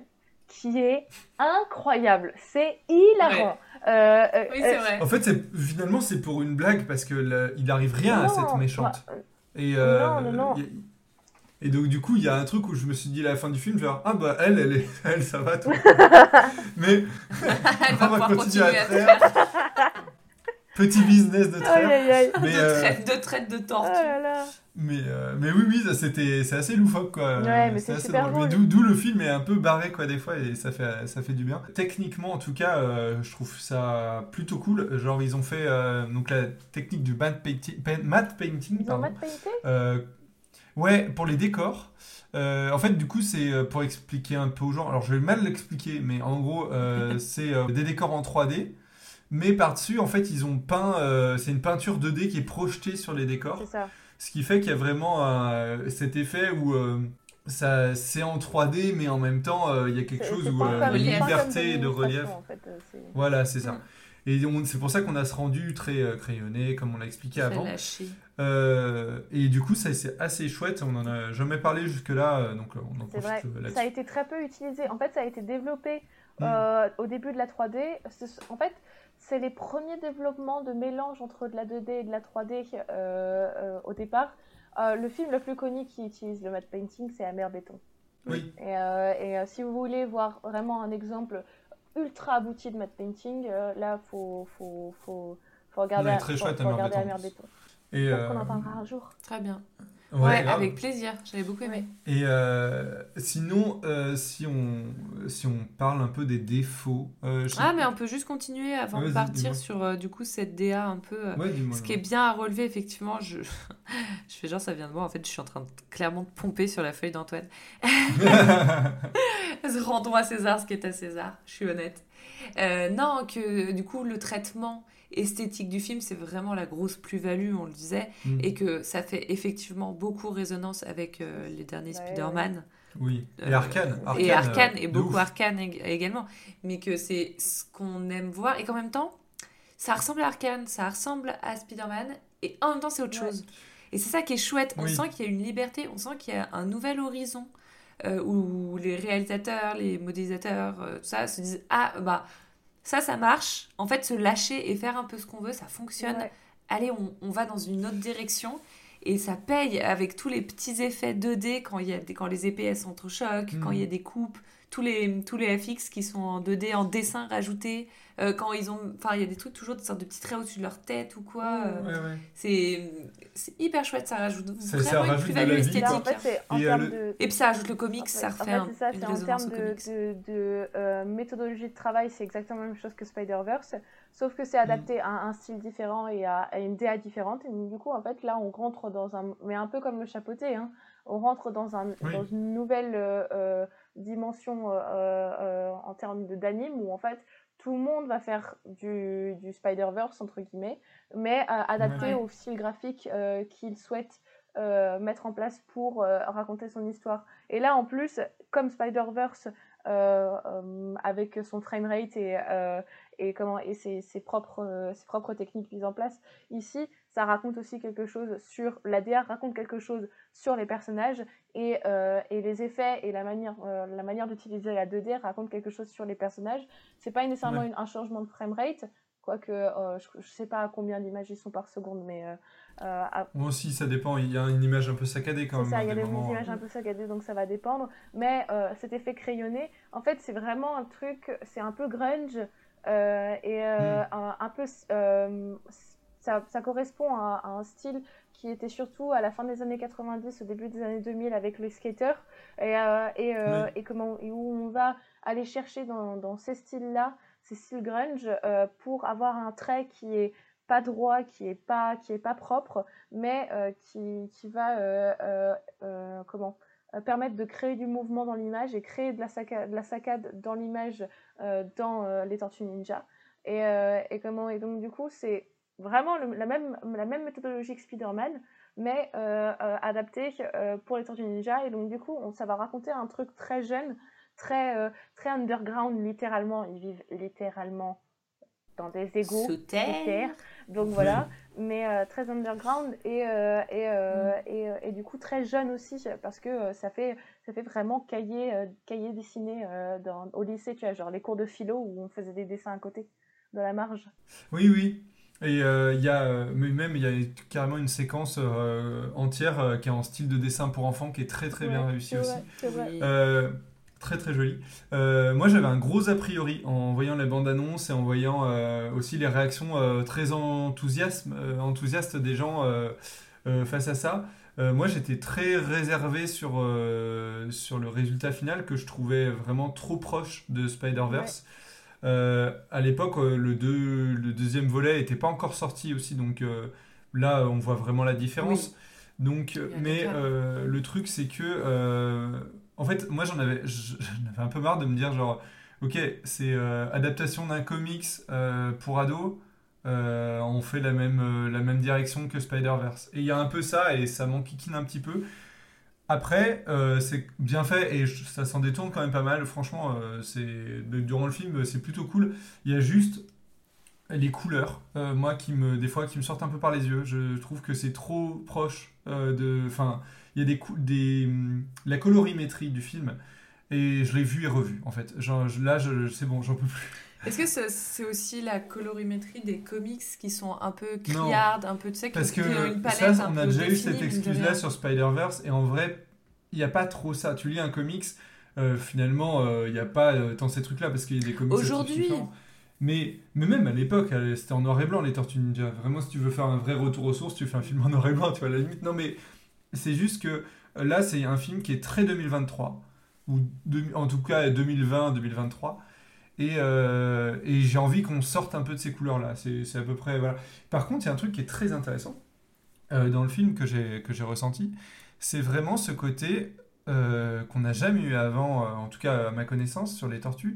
qui est incroyable. C'est hilarant. Ouais. Euh, euh, Oui, c'est euh, vrai. En fait, c'est, finalement, c'est pour une blague parce que le- il arrive rien à non, cette méchante. bah, Et, non, euh, non, non. y a- et donc, du coup, il y a un truc où je me suis dit à la fin du film, genre, ah bah, elle, elle, est, elle ça va, tout. Mais Elle on va va pouvoir continuer continuer à à traire. traire. Petit business de Aïe, traire. aïe, aïe. Mais, De euh, traite, de traite de Oh tortue. là là. mais, euh, mais oui, oui, ça, c'était, c'est assez loufoque, quoi. Ouais, mais C'est c'est assez super drôle. Mais drôle. d'où, d'où le film est un peu barré, quoi, des fois, et ça fait, ça fait du bien. Techniquement, en tout cas, euh, je trouve ça plutôt cool. Genre, ils ont fait euh, donc la technique du matte painting, matte painting Ils ont pardon. matte painté? Euh, ouais, pour les décors. Euh, en fait, du coup, c'est euh, pour expliquer un peu aux gens. Alors, je vais mal l'expliquer, mais en gros, euh, c'est euh, des décors en trois D. Mais par-dessus, en fait, ils ont peint. euh, c'est une peinture deux D qui est projetée sur les C'est décors. ça. Ce qui fait qu'il y a vraiment euh, cet effet où euh, ça, c'est en trois D, mais en même temps, euh, il y a quelque C'est chose c'est où peint euh, comme, il y a c'est une peint comme de liberté de relief. l'illustration, en fait. euh, c'est- Voilà, c'est ça. Mm. Et on- c'est pour ça qu'on a ce rendu très euh, crayonné, comme on l'a expliqué Très avant. lâché. Euh, et du coup, ça c'est assez chouette. On en a jamais parlé jusque-là, euh, donc euh, on en C'est profite vrai. euh, Ça a là-dessus. été très peu utilisé. En fait, ça a été développé Mm. euh, au début de la trois D. C'est- En fait, c'est les premiers développements de mélange entre de la deux D et de la trois D euh, euh, au départ. Euh, le film le plus connu qui utilise le matte painting, c'est Amer Béton. Oui, Et, euh, et euh, si vous voulez voir vraiment un exemple ultra abouti de matte painting, euh, là, faut, faut, faut, faut on regarder, est à- très faut, chouette à faut regarder Merbéton. Amer Béton. Et, Peut-être euh, qu'on en parlera un jour. Très bien. ouais, Ouais, grave. avec plaisir. J'avais beaucoup aimé. Et euh, sinon, euh, si on si on parle un peu des défauts, euh, je sais Ah, pas- mais on peut juste continuer avant Vas-y, de partir dis-moi. sur euh, du coup cette D A un peu. euh, Ouais, dis-moi. Ce qui est bien à relever, effectivement, je, je fais genre ça vient de moi. En fait, je suis en train de clairement de pomper sur la feuille d'Antoine. Rendons à César ce qui est à César. Je suis honnête. Euh, non, que du coup, le traitement esthétique du film, c'est vraiment la grosse plus-value, on le disait, Mm. et que ça fait effectivement beaucoup résonance avec euh, les derniers Ouais, Spider-Man. Oui. Et Euh, Arcane. et Arcane, euh, et de beaucoup ouf. Arcane ég- également. Mais que c'est ce qu'on aime voir, et qu'en même temps, ça ressemble à Arcane, ça ressemble à Spider-Man, et en même temps, c'est autre Ouais. chose. Et c'est ça qui est chouette. On Oui. sent qu'il y a une liberté, on sent qu'il y a un nouvel horizon euh, où les réalisateurs, les modélisateurs, euh, tout ça, se disent ah bah ça, ça marche. En fait, se lâcher et faire un peu ce qu'on veut, ça fonctionne. Ouais. Allez, on, on va dans une autre direction. Et ça paye avec tous les petits effets deux D quand, il y a des, quand les épées elles s'entrechoquent, Mm. quand il y a des coupes, tous les, tous les F X qui sont en deux D, en dessin rajouté, euh, quand ils ont. Enfin, il y a des trucs toujours, des sortes de petits traits au-dessus de leur tête ou quoi. Mm. euh, Ouais, ouais. c'est, c'est hyper chouette, ça rajoute Ça- vraiment ça une rajoute de plus-value la vie, esthétique. Là, en fait, c'est en Et, euh, termes le- de. Et puis ça ajoute le En comics, fait, ça en refait fait, un- c'est ça, une c'est en résonance termes au de, comics. de, de, euh, méthodologie de travail, c'est exactement la même chose que Spider-Verse, sauf que c'est adapté à un style différent et à, à une D A différente. Et donc, du coup, en fait, là, on rentre dans un. Mais un peu comme le chapeauté, hein, on rentre dans, un, Oui. dans une nouvelle euh, euh, dimension euh, euh, en termes de- d'anime où, en fait, tout le monde va faire du, du Spider-Verse, entre guillemets, mais euh, adapté Ouais. au style graphique euh, qu'il souhaite euh, mettre en place pour euh, raconter son histoire. Et là, en plus, comme Spider-Verse, euh, euh, avec son framerate et, euh, et, comment, et ses, ses, propres, euh, ses propres techniques mises en place, ici, ça raconte aussi quelque chose sur... La D A raconte quelque chose sur les personnages et, euh, et les effets et la manière, euh, la manière d'utiliser la deux D racontent quelque chose sur les personnages. C'est pas nécessairement Ouais. une, un changement de framerate, quoique euh, je, je sais pas à combien d'images ils sont par seconde, mais... Euh, euh, à, Moi aussi, ça dépend. Il y a une image un peu saccadée quand c'est même. ça, il y a des des moments. images un peu saccadées, donc ça va dépendre. Mais euh, cet effet crayonné, en fait, c'est vraiment un truc, c'est un peu grunge euh, et euh, Mm. un, un peu. Euh, ça, ça correspond à, à un style qui était surtout à la fin des années quatre-vingt-dix, au début des années deux mille avec les skaters, et, euh, et, euh, Oui. et, comment, et où on va aller chercher dans, dans ces styles-là, ces styles grunge, euh, pour avoir un trait qui est pas droit, qui est pas, qui est pas propre, mais euh, qui, qui va euh, euh, euh, comment euh, permettre de créer du mouvement dans l'image et créer de la saccade, de la saccade dans l'image euh, dans euh, les Tortues Ninja. Et, euh, et, comment, et donc du coup, c'est vraiment le, la, même, la même méthodologie que Spider-Man, mais euh, euh, adaptée euh, pour les Tortues Ninja. Et donc du coup, on, ça va raconter un truc très jeune, très, euh, très underground, littéralement. Ils vivent littéralement dans des égouts Sous de terre. terre. Donc Oui. voilà, mais euh, très underground et, euh, et, euh, Mm. et, euh, et du coup très jeune aussi, parce que euh, ça fait, ça fait vraiment cahier, euh, cahier dessiné euh, dans, au lycée, tu vois, genre les cours de philo où on faisait des dessins à côté, dans la marge. Oui, oui. Et euh, il y a, euh, mais même, il y a carrément une séquence euh, entière euh, qui est en style de dessin pour enfants qui est très très bien Ouais, réussie c'est aussi. vrai, c'est vrai. Oui. Euh, Très très joli. Euh, moi j'avais un gros a priori en voyant les bandes annonces et en voyant euh, aussi les réactions euh, très enthousiastes, euh, enthousiastes des gens euh, euh, face à ça. Euh, moi j'étais très réservé sur, euh, sur le résultat final que je trouvais vraiment trop proche de Ouais, Spider-Verse. Euh, à l'époque, euh, le, deux- le deuxième volet n'était pas encore sorti aussi, donc euh, là, on voit vraiment la différence. Oui, Donc, euh, il y a mais l'écart. euh, Mm. le truc, c'est que, euh, en fait, moi, j'en avais, j'en avais un peu marre de me dire, genre, ok, c'est euh, adaptation d'un comics euh, pour ados, euh, on fait la même, euh, la même direction que Spider-Verse. Et il y a un peu ça, et ça m'enquiquine un petit peu. Après, euh, c'est bien fait et je- ça s'en détourne quand même pas mal. Franchement, euh, c'est de- durant le film, c'est plutôt cool. Il y a juste les couleurs, euh, moi, qui me, des fois, qui me sortent un peu par les yeux. Je trouve que c'est trop proche euh, de. Enfin, il y a des, cou- des hum, la colorimétrie du film et je l'ai vu et revu en fait. Genre, je- là, je, c'est bon, j'en peux plus. Est-ce que c'est c'est aussi la colorimétrie des comics qui sont un peu Non, criardes, un peu, tu sais, qui ont, parce qui ont que une ça, palette un on a peu déjà eu cette définie, mine de excuse-là rien. sur Spider-Verse, et en vrai, il n'y a pas trop ça. Tu lis un comics, euh, finalement, euh, il n'y a pas euh, tant ces trucs-là, parce qu'il y a des comics à type Aujourd'hui, différent. Mais, mais même à l'époque, euh, c'était en noir et blanc, les Tortues Ninja. Vraiment, si tu veux faire un vrai retour aux sources, tu fais un film en noir et blanc, tu vois, à la limite. Non, mais c'est juste que euh, là, c'est un film qui est très deux mille vingt-trois, ou deux- en tout cas deux mille vingt deux mille vingt-trois. Et, euh, et j'ai envie qu'on sorte un peu de ces couleurs-là. C'est c'est à peu près. Voilà. Par contre, il y a un truc qui est très intéressant euh, dans le film que j'ai que j'ai ressenti. C'est vraiment ce côté euh, qu'on n'a jamais eu avant, euh, en tout cas à ma connaissance, sur les tortues.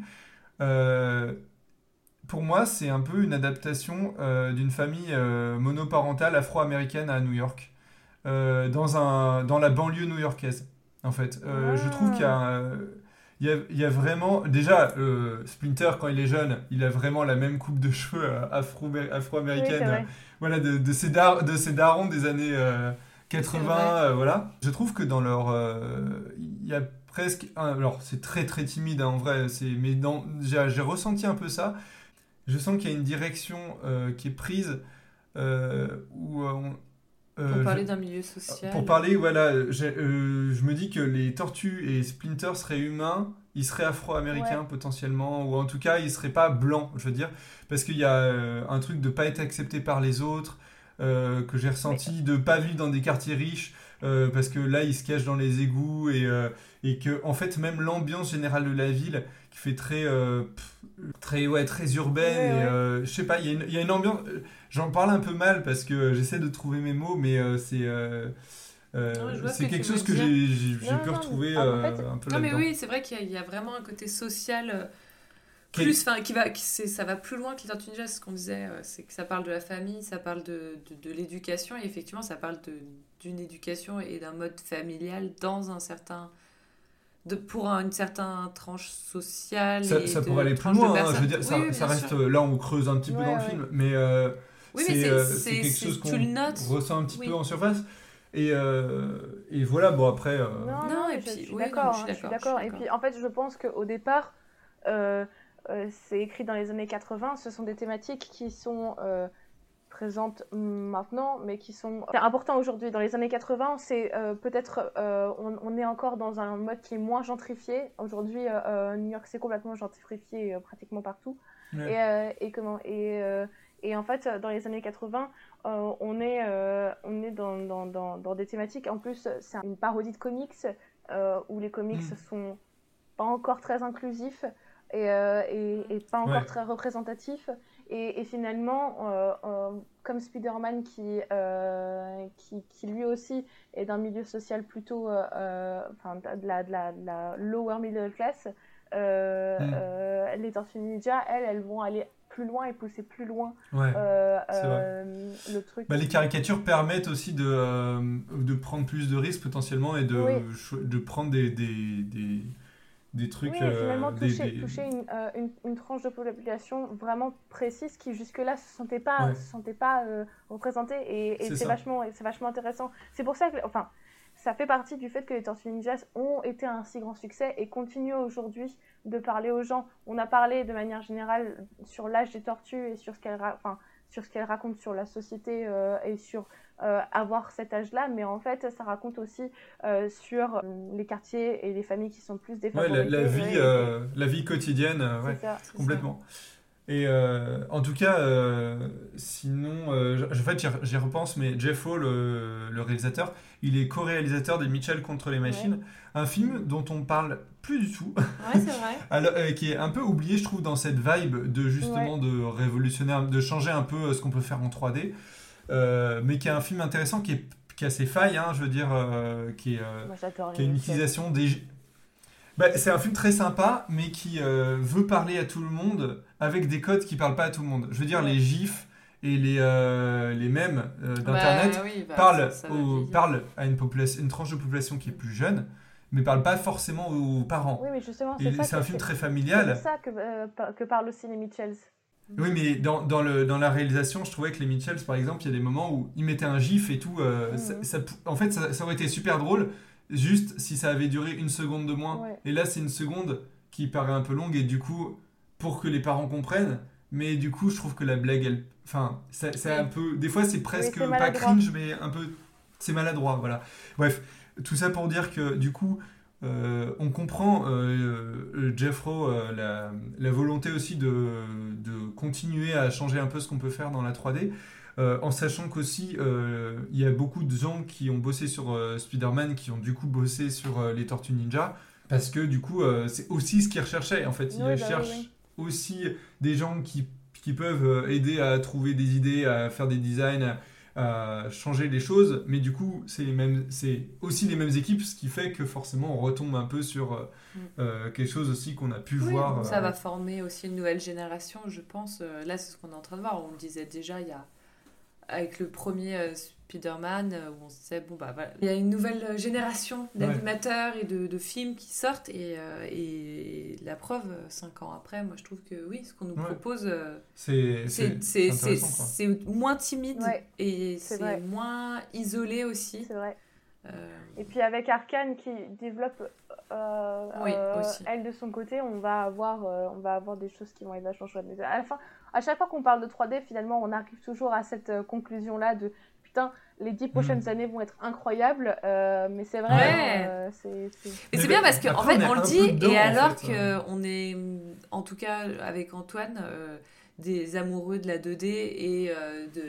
Euh, pour moi, c'est un peu une adaptation euh, d'une famille euh, monoparentale afro-américaine à New York, euh, dans un, dans la banlieue new-yorkaise, en fait. Euh, je trouve qu'il y Ah, a, euh, il y a, il y a vraiment... Déjà, euh, Splinter, quand il est jeune, il a vraiment la même coupe de cheveux euh, afro, oui, c'est afro-américaine, euh, vrai. voilà, de, de, ses dar- de ses darons des années euh, c'est vrai. quatre-vingts, euh, voilà. Je trouve que dans leur... euh, il y a presque... un- alors, c'est très très timide, hein, en vrai, c'est, mais dans, j'ai, j'ai ressenti un peu ça. Je sens qu'il y a une direction euh, qui est prise euh, où... euh, on- Pour euh, je- parler d'un milieu pour social. parler, voilà, j'ai- euh, je me dis que les tortues et Splinter seraient humains, ils seraient Ouais, afro-américains potentiellement, ou en tout cas, ils seraient pas blancs, je veux dire, parce qu'il y a euh, un truc de pas être accepté par les autres, euh, que j'ai mais ressenti, de pas vivre dans des quartiers riches, euh, parce que là, ils se cachent dans les égouts, et, euh, et que, en fait, même l'ambiance générale de la ville, qui fait très, euh, pff, très, ouais, très urbaine, ouais, et ouais. euh, je sais pas, il y, a une- il y a une ambiance. J'en parle un peu mal parce que j'essaie de trouver mes mots, mais euh, c'est euh, Non, mais je euh, vois ce c'est que tu quelque veux chose que dire. j'ai j'ai- j'ai Non, pu non, retrouver en en fait, euh, un peu Non, mais là-dedans. oui, c'est vrai qu'il y a, il y a vraiment un côté social euh, Quel- plus, enfin, qui va, qui, c'est, ça va plus loin que les Tortues Ninja, c'est ce qu'on disait, euh, c'est que ça parle de la famille, ça parle de, de, de l'éducation, et effectivement, ça parle de, d'une éducation et d'un mode familial dans un certain, de, pour un- une certaine tranche sociale Ça, et ça pourrait de aller plus tranche de loin, hein, je veux personnes. dire, Oui, ça, oui, ça bien sûr. reste euh, là, on creuse un petit peu dans Ouais, le ouais. film, mais euh, Oui, mais c'est c'est, euh, c'est c'est, quelque chose c'est, tu le qu'on notes. ressent un petit peu Oui. en surface. Et, euh, et voilà, bon, après, euh, Non, Non, non, et mais je, je puis, suis oui, non, mais d'accord, je suis hein, je suis d'accord, je suis d'accord. Et d'accord. puis, en fait, je pense qu'au départ, euh, euh, c'est écrit dans les années quatre-vingts, ce sont des thématiques qui sont euh, présentes maintenant, mais qui sont c'est important aujourd'hui. Dans les années quatre-vingts, c'est euh, peut-être, euh, on, on est encore dans un mode qui est moins gentrifié. Aujourd'hui, euh, euh, New York, c'est complètement gentrifié euh, pratiquement partout. ouais. Et, euh, et comment et, euh, et en fait, dans les années quatre-vingts, euh, on est, euh, on est dans, dans, dans, dans des thématiques. En plus, c'est une parodie de comics euh, où les comics Hmm. sont pas encore très inclusifs et, euh, et, et pas encore Ouais. très représentatifs. Et, et finalement, euh, euh, comme Spider-Man qui, euh, qui, qui lui aussi est d'un milieu social plutôt, euh, enfin, de la, de la, de la lower middle class, euh, Hmm. euh, les Tortues Ninja, elles, elles vont aller plus loin et pousser plus loin Ouais, euh, c'est vrai. euh, le truc. Bah, les caricatures permettent aussi de, euh, de prendre plus de risques potentiellement et Oui, de, cho- de prendre des, des, des, des trucs... Oui, et euh, finalement des, toucher, des- toucher une, euh, une, une tranche de population vraiment précise qui jusque-là se sentait pas, Ouais, se sentait pas euh, représentée et, et c'est c'est ça. vachement, et c'est vachement intéressant. C'est pour ça que, enfin, ça fait partie du fait que les Tortues Ninja ont été un si grand succès et continuent aujourd'hui de parler aux gens. On a parlé de manière générale sur l'âge des tortues et sur ce qu'elles, ra- enfin, sur ce qu'elles racontent sur la société euh, et sur euh, avoir cet âge-là, mais en fait, ça raconte aussi euh, sur euh, les quartiers et les familles qui sont plus Ouais, la, la défavorisées. vie, Ouais, et- et euh, la vie quotidienne, euh, c'est ouais, ça. C'est ça. complètement. Et euh, en tout cas, euh, sinon, euh, j- en fait, j'y j'y repense, mais Jeff Hall, le, le réalisateur, il est co-réalisateur des Mitchell contre les Ouais. machines, un film dont on parle plus du tout, Ouais, c'est vrai. alors, euh, qui est un peu oublié, je trouve, dans cette vibe de justement Ouais. de révolutionner, un- de changer un peu euh, ce qu'on peut faire en trois D, euh, mais qui est un film intéressant, qui, est, qui a ses failles, hein, je veux dire, euh, qui est, euh, Moi, j'adore qui a les une Mitchell. utilisation des, bah, c'est un film très sympa, mais qui euh, veut parler à tout le monde avec des codes qui parlent pas à tout le monde. Je veux dire, Ouais. les gifs et les, euh, les mèmes euh, Bah d'Internet oui, bah, parlent, ça, ça va au- vieillir. parlent à une, population, une tranche de population qui est plus jeune, mais parlent pas forcément aux parents. Oui, mais justement, c'est Et ça c'est un que film c'est très c'est de familial. ça que, euh, par- que parlent aussi les Mitchells. Oui, mais dans, dans, le, dans la réalisation, je trouvais que les Mitchells, par exemple, il y a des moments où ils mettaient un gif et tout. euh, Mhm. ça- ça pou- en fait, ça, ça aurait été super drôle, juste si ça avait duré une seconde de moins. Ouais. Et là, c'est une seconde qui paraît un peu longue, et du coup, pour que les parents comprennent, mais du coup, je trouve que la blague, elle. Enfin, ça- c'est Oui. un peu. Des fois, c'est presque c'est pas maladroit. cringe, mais un peu. C'est maladroit, voilà. Bref, tout ça pour dire que, du coup. Euh, on comprend, euh, euh, Jeff Rowe, euh, la, la volonté aussi de, de continuer à changer un peu ce qu'on peut faire dans la trois D, euh, en sachant qu'aussi, euh, il y a beaucoup de gens qui ont bossé sur euh, Spider-Man, qui ont du coup bossé sur euh, les Tortues Ninja, parce que du coup, euh, c'est aussi ce qu'ils recherchaient. En fait, ils Oui, bah oui, recherchent oui. aussi des gens qui, qui peuvent euh, aider à trouver des idées, à faire des designs, à, à changer les choses, mais du coup, c'est les mêmes, c'est aussi les mêmes équipes, ce qui fait que forcément, on retombe un peu sur euh, Mm. euh, quelque chose aussi qu'on a pu Oui, voir. bon, ça euh, va former aussi une nouvelle génération, je pense. Euh, Là, c'est ce qu'on est en train de voir. On le disait déjà, il y a avec le premier euh, Spider-Man, euh, où on se disait, bon, bah voilà, il y a une nouvelle euh, génération d'animateurs et de, de films qui sortent, et, euh, et la preuve, euh, cinq ans après, moi je trouve que oui, ce qu'on nous Ouais. propose, euh, c'est c'est c'est- c'est c'est- c'est- intéressant, quoi. c'est moins timide Ouais, et c'est c'est vrai. moins isolé aussi. C'est vrai. Euh, Et puis avec Arcane qui développe euh, Oui, euh, aussi. elle de son côté, on va avoir euh, on va avoir des choses qui vont être vachement chouettes. Mais à la fin, à chaque fois qu'on parle de trois D, finalement, on arrive toujours à cette euh, conclusion là de putain, les dix prochaines Mm. années vont être incroyables. euh, mais c'est vrai, Ouais. hein, euh, c'est c'est- Mais Mais c'est bah, bien parce qu'en après, on fait, est on un le peu dit, dedans, et en alors fait, euh. qu'on est, en tout cas avec Antoine, euh, des amoureux de la deux D et euh, de,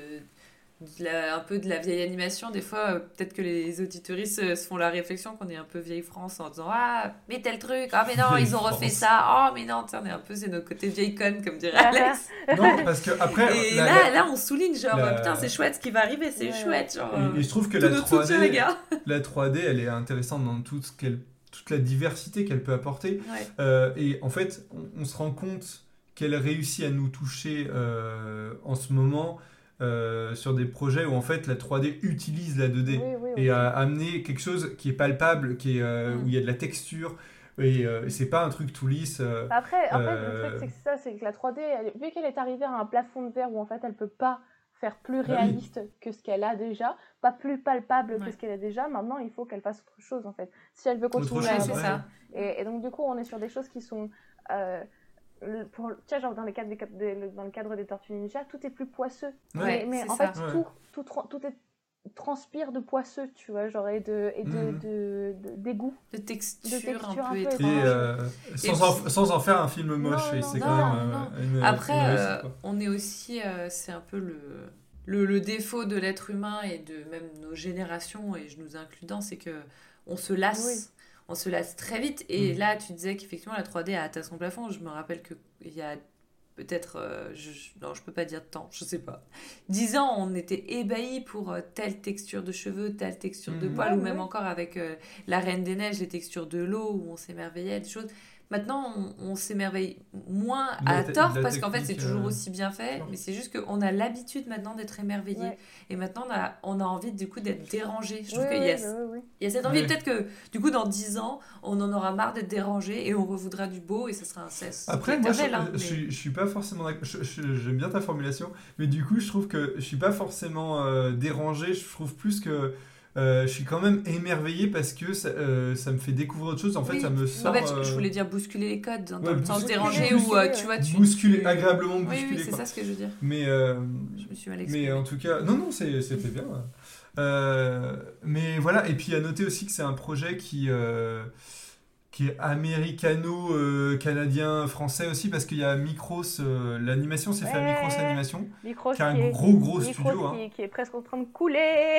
de la- un peu de la vieille animation, des fois, euh, peut-être que les auditeuristes euh, se font la réflexion qu'on est un peu vieille France en disant ah, mais tel truc, ah, mais non, Vieille ils ont refait France. ça, oh, mais non, tu sais, on est un peu, c'est notre côté vieille conne, comme dirait Ah, Alex. Non, parce que après, Et la- là, la- là, on souligne, genre, la- putain, c'est chouette ce qui va arriver, c'est Ouais. chouette, genre. et, euh, et je trouve que tout la notre trois soutien, les D, gars. la trois D, elle est intéressante dans tout ce qu'elle, toute la diversité qu'elle peut apporter. Ouais. Euh, et en fait, on, on se rend compte qu'elle réussit à nous toucher euh, en ce moment euh, sur des projets où en fait la trois D utilise la deux D Oui, oui, et oui. à amener quelque chose qui est palpable, qui est, euh, Mm. où il y a de la texture. Et euh, c'est pas un truc tout lisse. euh, Après, après Euh, le truc, c'est que c'est ça, c'est que la trois D, elle- vu qu'elle est arrivée à un plafond de verre où en fait elle peut pas faire plus Bah oui. réaliste que ce qu'elle a déjà, pas plus palpable Ouais. que ce qu'elle a déjà, maintenant il faut qu'elle fasse autre chose en fait. Si elle veut Autre continuer chose, à Ouais, c'est ouais. ça. Et, et donc du coup, on est sur des choses qui sont, euh, le- pour, tu vois, genre dans, les cadres des, des- dans le cadre des Tortues Ninja, tout est plus poisseux. Ouais, mais mais c'est en ça. fait, Ouais. tout, tout, tran- tout est transpire de poisseux, tu vois, genre et de et de, Mhm. de, de- d'égout. De texture, De texture un un peu peu étrange. Et étrange. euh, sans, en, puis- sans en faire un film moche, Non, et non, c'est non, quand non, même non. euh, une, Après, une réussite, euh, quoi. on est aussi, euh, c'est un peu le, le, le défaut de l'être humain et de même nos générations, et je nous inclus dedans, c'est que on se lasse. Oui. On se lasse très vite. Et Mm. là, tu disais qu'effectivement, la trois D a atteint son plafond. Je me rappelle qu'il y a peut-être, euh, je, je- non, je peux pas dire de temps, je sais pas. Dix ans, on était ébahis pour euh, telle texture de cheveux, telle texture de Mhm. poils, Ouais, ou même ouais. encore avec euh, la Reine des Neiges, les textures de l'eau, où on s'émerveillait, des choses. Maintenant, on, on s'émerveille moins La à te- tort la parce qu'en fait, c'est technique, toujours euh, aussi bien fait, non. mais c'est juste qu'on a l'habitude maintenant d'être émerveillé. Ouais. Et maintenant, on a, on a envie du coup d'être dérangé. Je trouve Oui, qu'il oui, y a, bah oui, oui. il y a cette envie, Ouais. peut-être que du coup, dans dix ans, on en aura marre d'être dérangé et on revoudra du beau et ça sera un cesse. Après, moi, je, éternel, hein, je, mais- suis- je suis pas forcément d'accord. Je- je- J'aime bien ta formulation, mais du coup, je trouve que je suis pas forcément euh, dérangé. Je trouve plus que euh, je suis quand même émerveillé parce que ça, euh, ça me fait découvrir autre chose. En fait, Oui. ça me En sort. fait, je- euh, je voulais dire bousculer les codes, dans Ouais, le sens bousculer, dérangé bousculer, où euh, ouais. tu vois, tu. bousculer, tu- agréablement Oui, bousculer. oui, c'est quoi. ça ce que je veux dire. Mais euh, Je me suis mal exprimée. Mais en tout cas, non, non, c'est- c'était bien. Euh, mais voilà, et puis à noter aussi que c'est un projet qui, euh, qui est américano-canadien-français aussi, parce qu'il y a Micros, euh, l'animation s'est fait à Micros Ouais. Animation, Micros qui est un qui est, gros, gros Micros studio. qui, Hein. qui est presque en train de couler.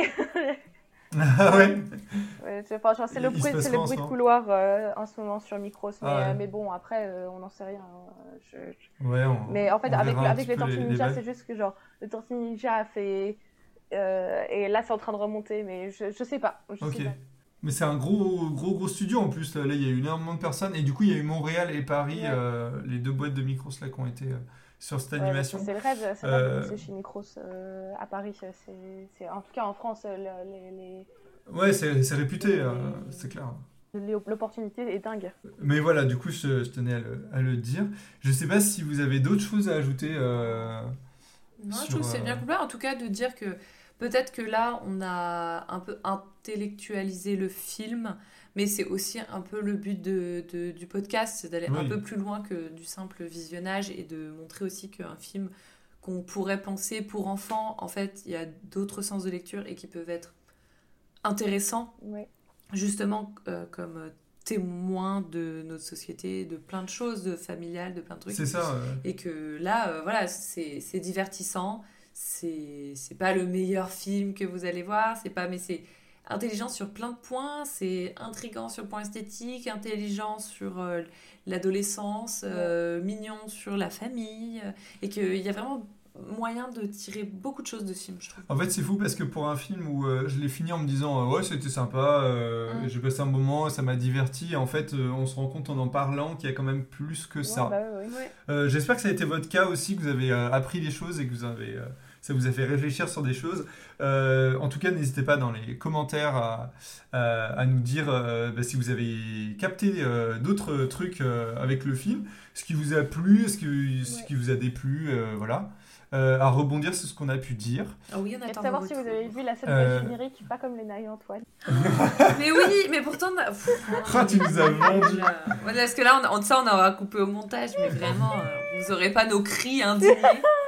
Ah ouais. Ouais, c'est enfin, genre, c'est le Il se bruit, passe c'est quoi le en bruit ce de moment couloir euh, en ce moment sur Micros. Mais, Ah ouais. euh, mais bon, après, euh, on n'en sait rien. hein. Je- je- Ouais, on, Mais en fait, on avec, verra un avec petit les peu Tortues les- les Ninja, vagues. c'est juste que genre, les Tortues Ninja a fait. euh, et là, c'est en train de remonter, mais je, je sais pas. Je Ok. sais pas. Mais c'est un gros, gros, gros studio en plus. Là, il y a eu énormément de personnes. Et du coup, il y a eu Montréal et Paris, Ouais. euh, les deux boîtes de Micros là, qui ont été euh, sur cette Ouais, animation. c'est le rêve, c'est le Euh, rêve de bosser chez Micros euh, à Paris. C'est, c'est, en tout cas, en France, euh, le- les, les, Ouais, c'est c'est réputé, euh, c'est clair. les- l'opportunité est dingue. Mais voilà, du coup, je, je tenais à le, à le dire. Je sais pas si vous avez d'autres choses à ajouter. euh, Non, je sur, trouve que c'est euh, bien complet. En tout cas, de dire que peut-être que là, on a un peu intellectualisé le film, mais c'est aussi un peu le but de, de- du podcast, c'est d'aller Oui. un peu plus loin que du simple visionnage et de montrer aussi qu'un film qu'on pourrait penser pour enfants, en fait, il y a d'autres sens de lecture et qui peuvent être intéressants, Ouais. justement euh, comme témoins de notre société, de plein de choses, de familiales, de plein de trucs. C'est ça. euh, Et que là, euh, voilà, c'est c'est divertissant. C'est c'est pas le meilleur film que vous allez voir. C'est pas, mais c'est intelligent sur plein de points. C'est intriguant sur le point esthétique, intelligent sur euh, l'adolescence, euh, mignon sur la famille. euh, Et qu'il y a vraiment moyen de tirer beaucoup de choses de ce film, je trouve. En fait, c'est fou parce que pour un film où euh, je l'ai fini en me disant euh, ouais, c'était sympa, euh, Mm. j'ai passé un moment, ça m'a diverti. Et en fait, euh, on se rend compte en en parlant qu'il y a quand même plus que ça. Ouais, bah ouais, ouais. Ouais. Euh, J'espère que ça a été votre cas aussi, que vous avez euh, appris des choses et que vous avez, euh, ça vous a fait réfléchir sur des choses. Euh, en tout cas, n'hésitez pas dans les commentaires à, à, à nous dire euh, bah, si vous avez capté euh, d'autres trucs euh, avec le film, ce qui vous a plu, ce qui, ce Ouais. qui vous a déplu, euh, voilà. Euh, à rebondir sur ce qu'on a pu dire. Ah oui, on Et de attend savoir vos si vous retours. avez vu la scène Euh. générique, pas comme les Naïs Antoine. Mais oui, mais pourtant... on a- Pff, Ah, tu nous as vendu. Voilà. Ouais, parce que là, on, on, ça, on aura coupé au montage, mais vraiment, euh, vous aurez pas nos cris indignés.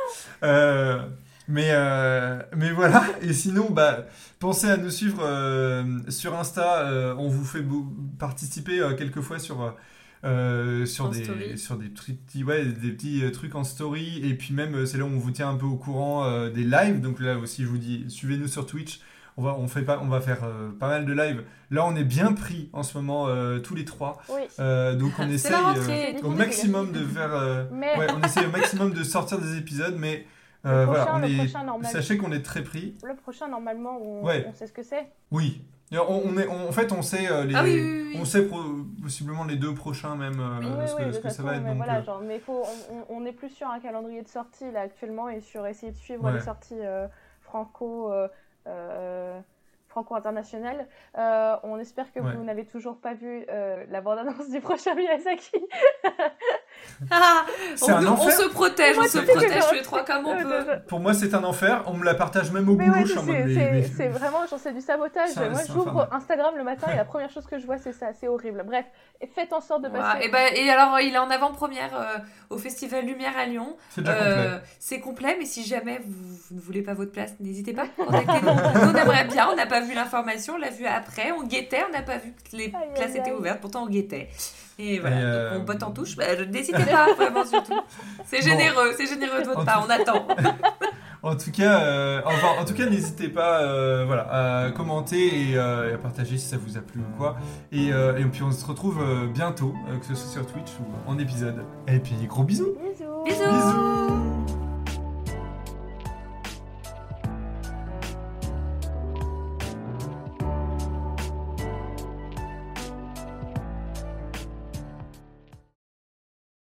Euh, mais, euh, mais voilà, et sinon, bah, pensez à nous suivre euh, sur Insta. Euh, on vous fait beau- participer euh, quelquefois sur, euh, sur, En des, story. sur des, petits, ouais, des petits euh, trucs en story. Et puis même, euh, c'est là où on vous tient un peu au courant euh, des lives. Donc là aussi, je vous dis, suivez-nous sur Twitch. On va, on fait pas, on va faire euh, pas mal de lives. Là, on est bien pris en ce moment, euh, tous les trois. Oui. Euh, donc on C'est essaye la rentrée. euh, au maximum de faire... euh, Mais Ouais, on essaie au maximum de sortir des épisodes, mais le euh, prochain, voilà, on le est... prochain, normal- sachez qu'on est très pris. le prochain, normalement, on, Ouais. on sait ce que c'est. Oui. Et On, on est, on- en fait, on sait euh, les, Ah oui, oui, oui, oui. on sait pro- possiblement les deux prochains même euh, Oui, ce que, oui, ce de toute que ça façon, va être. mais Donc, voilà, euh, genre, mais faut, on, on- on est plus sur un calendrier de sortie là actuellement et sur essayer de suivre Ouais. les sorties euh, franco, euh, euh, franco-internationales. Euh, on espère que Ouais. vous n'avez toujours pas vu euh, la bande-annonce du prochain Miyazaki. Ah, C'est on, un on enfer. se protège, Moi, on se tu sais que protège je- tous les trois comme on peut. Pour moi, c'est un enfer. On me la partage même au Mais boulot. ouais, je suis en mode, c'est mais- c'est- mais- c'est vraiment, genre, c'est du sabotage. C'est un- Moi, c'est j'ouvre infernal. Instagram le matin et la première chose que je vois, c'est ça. C'est horrible. Bref, et faites en sorte de Voilà. passer. Et, ben, et alors, il est en avant-première euh, au Festival Lumière à Lyon. C'est déjà Euh, complet. c'est complet, mais si jamais vous, vous ne voulez pas votre place, n'hésitez pas. Contactez-nous. Nous, on aimerait bien. On n'a pas vu l'information, on l'a vu après. On guettait, on n'a pas vu que les Aïe, aïe, places étaient aïe. ouvertes. Pourtant, on guettait. Et voilà, Et, euh, donc on botte en touche. Bah, n'hésitez pas, vraiment, surtout. C'est Bon. généreux, c'est généreux de votre En part. tout- On attend. En tout cas, euh, enfin, en tout cas, n'hésitez pas, euh, voilà, à commenter et, euh, et à partager si ça vous a plu ou quoi. Et, euh, et puis on se retrouve euh, bientôt, euh, que ce soit sur Twitch ou en épisode. Et puis gros bisous. Bisous. Bisous. Bisous.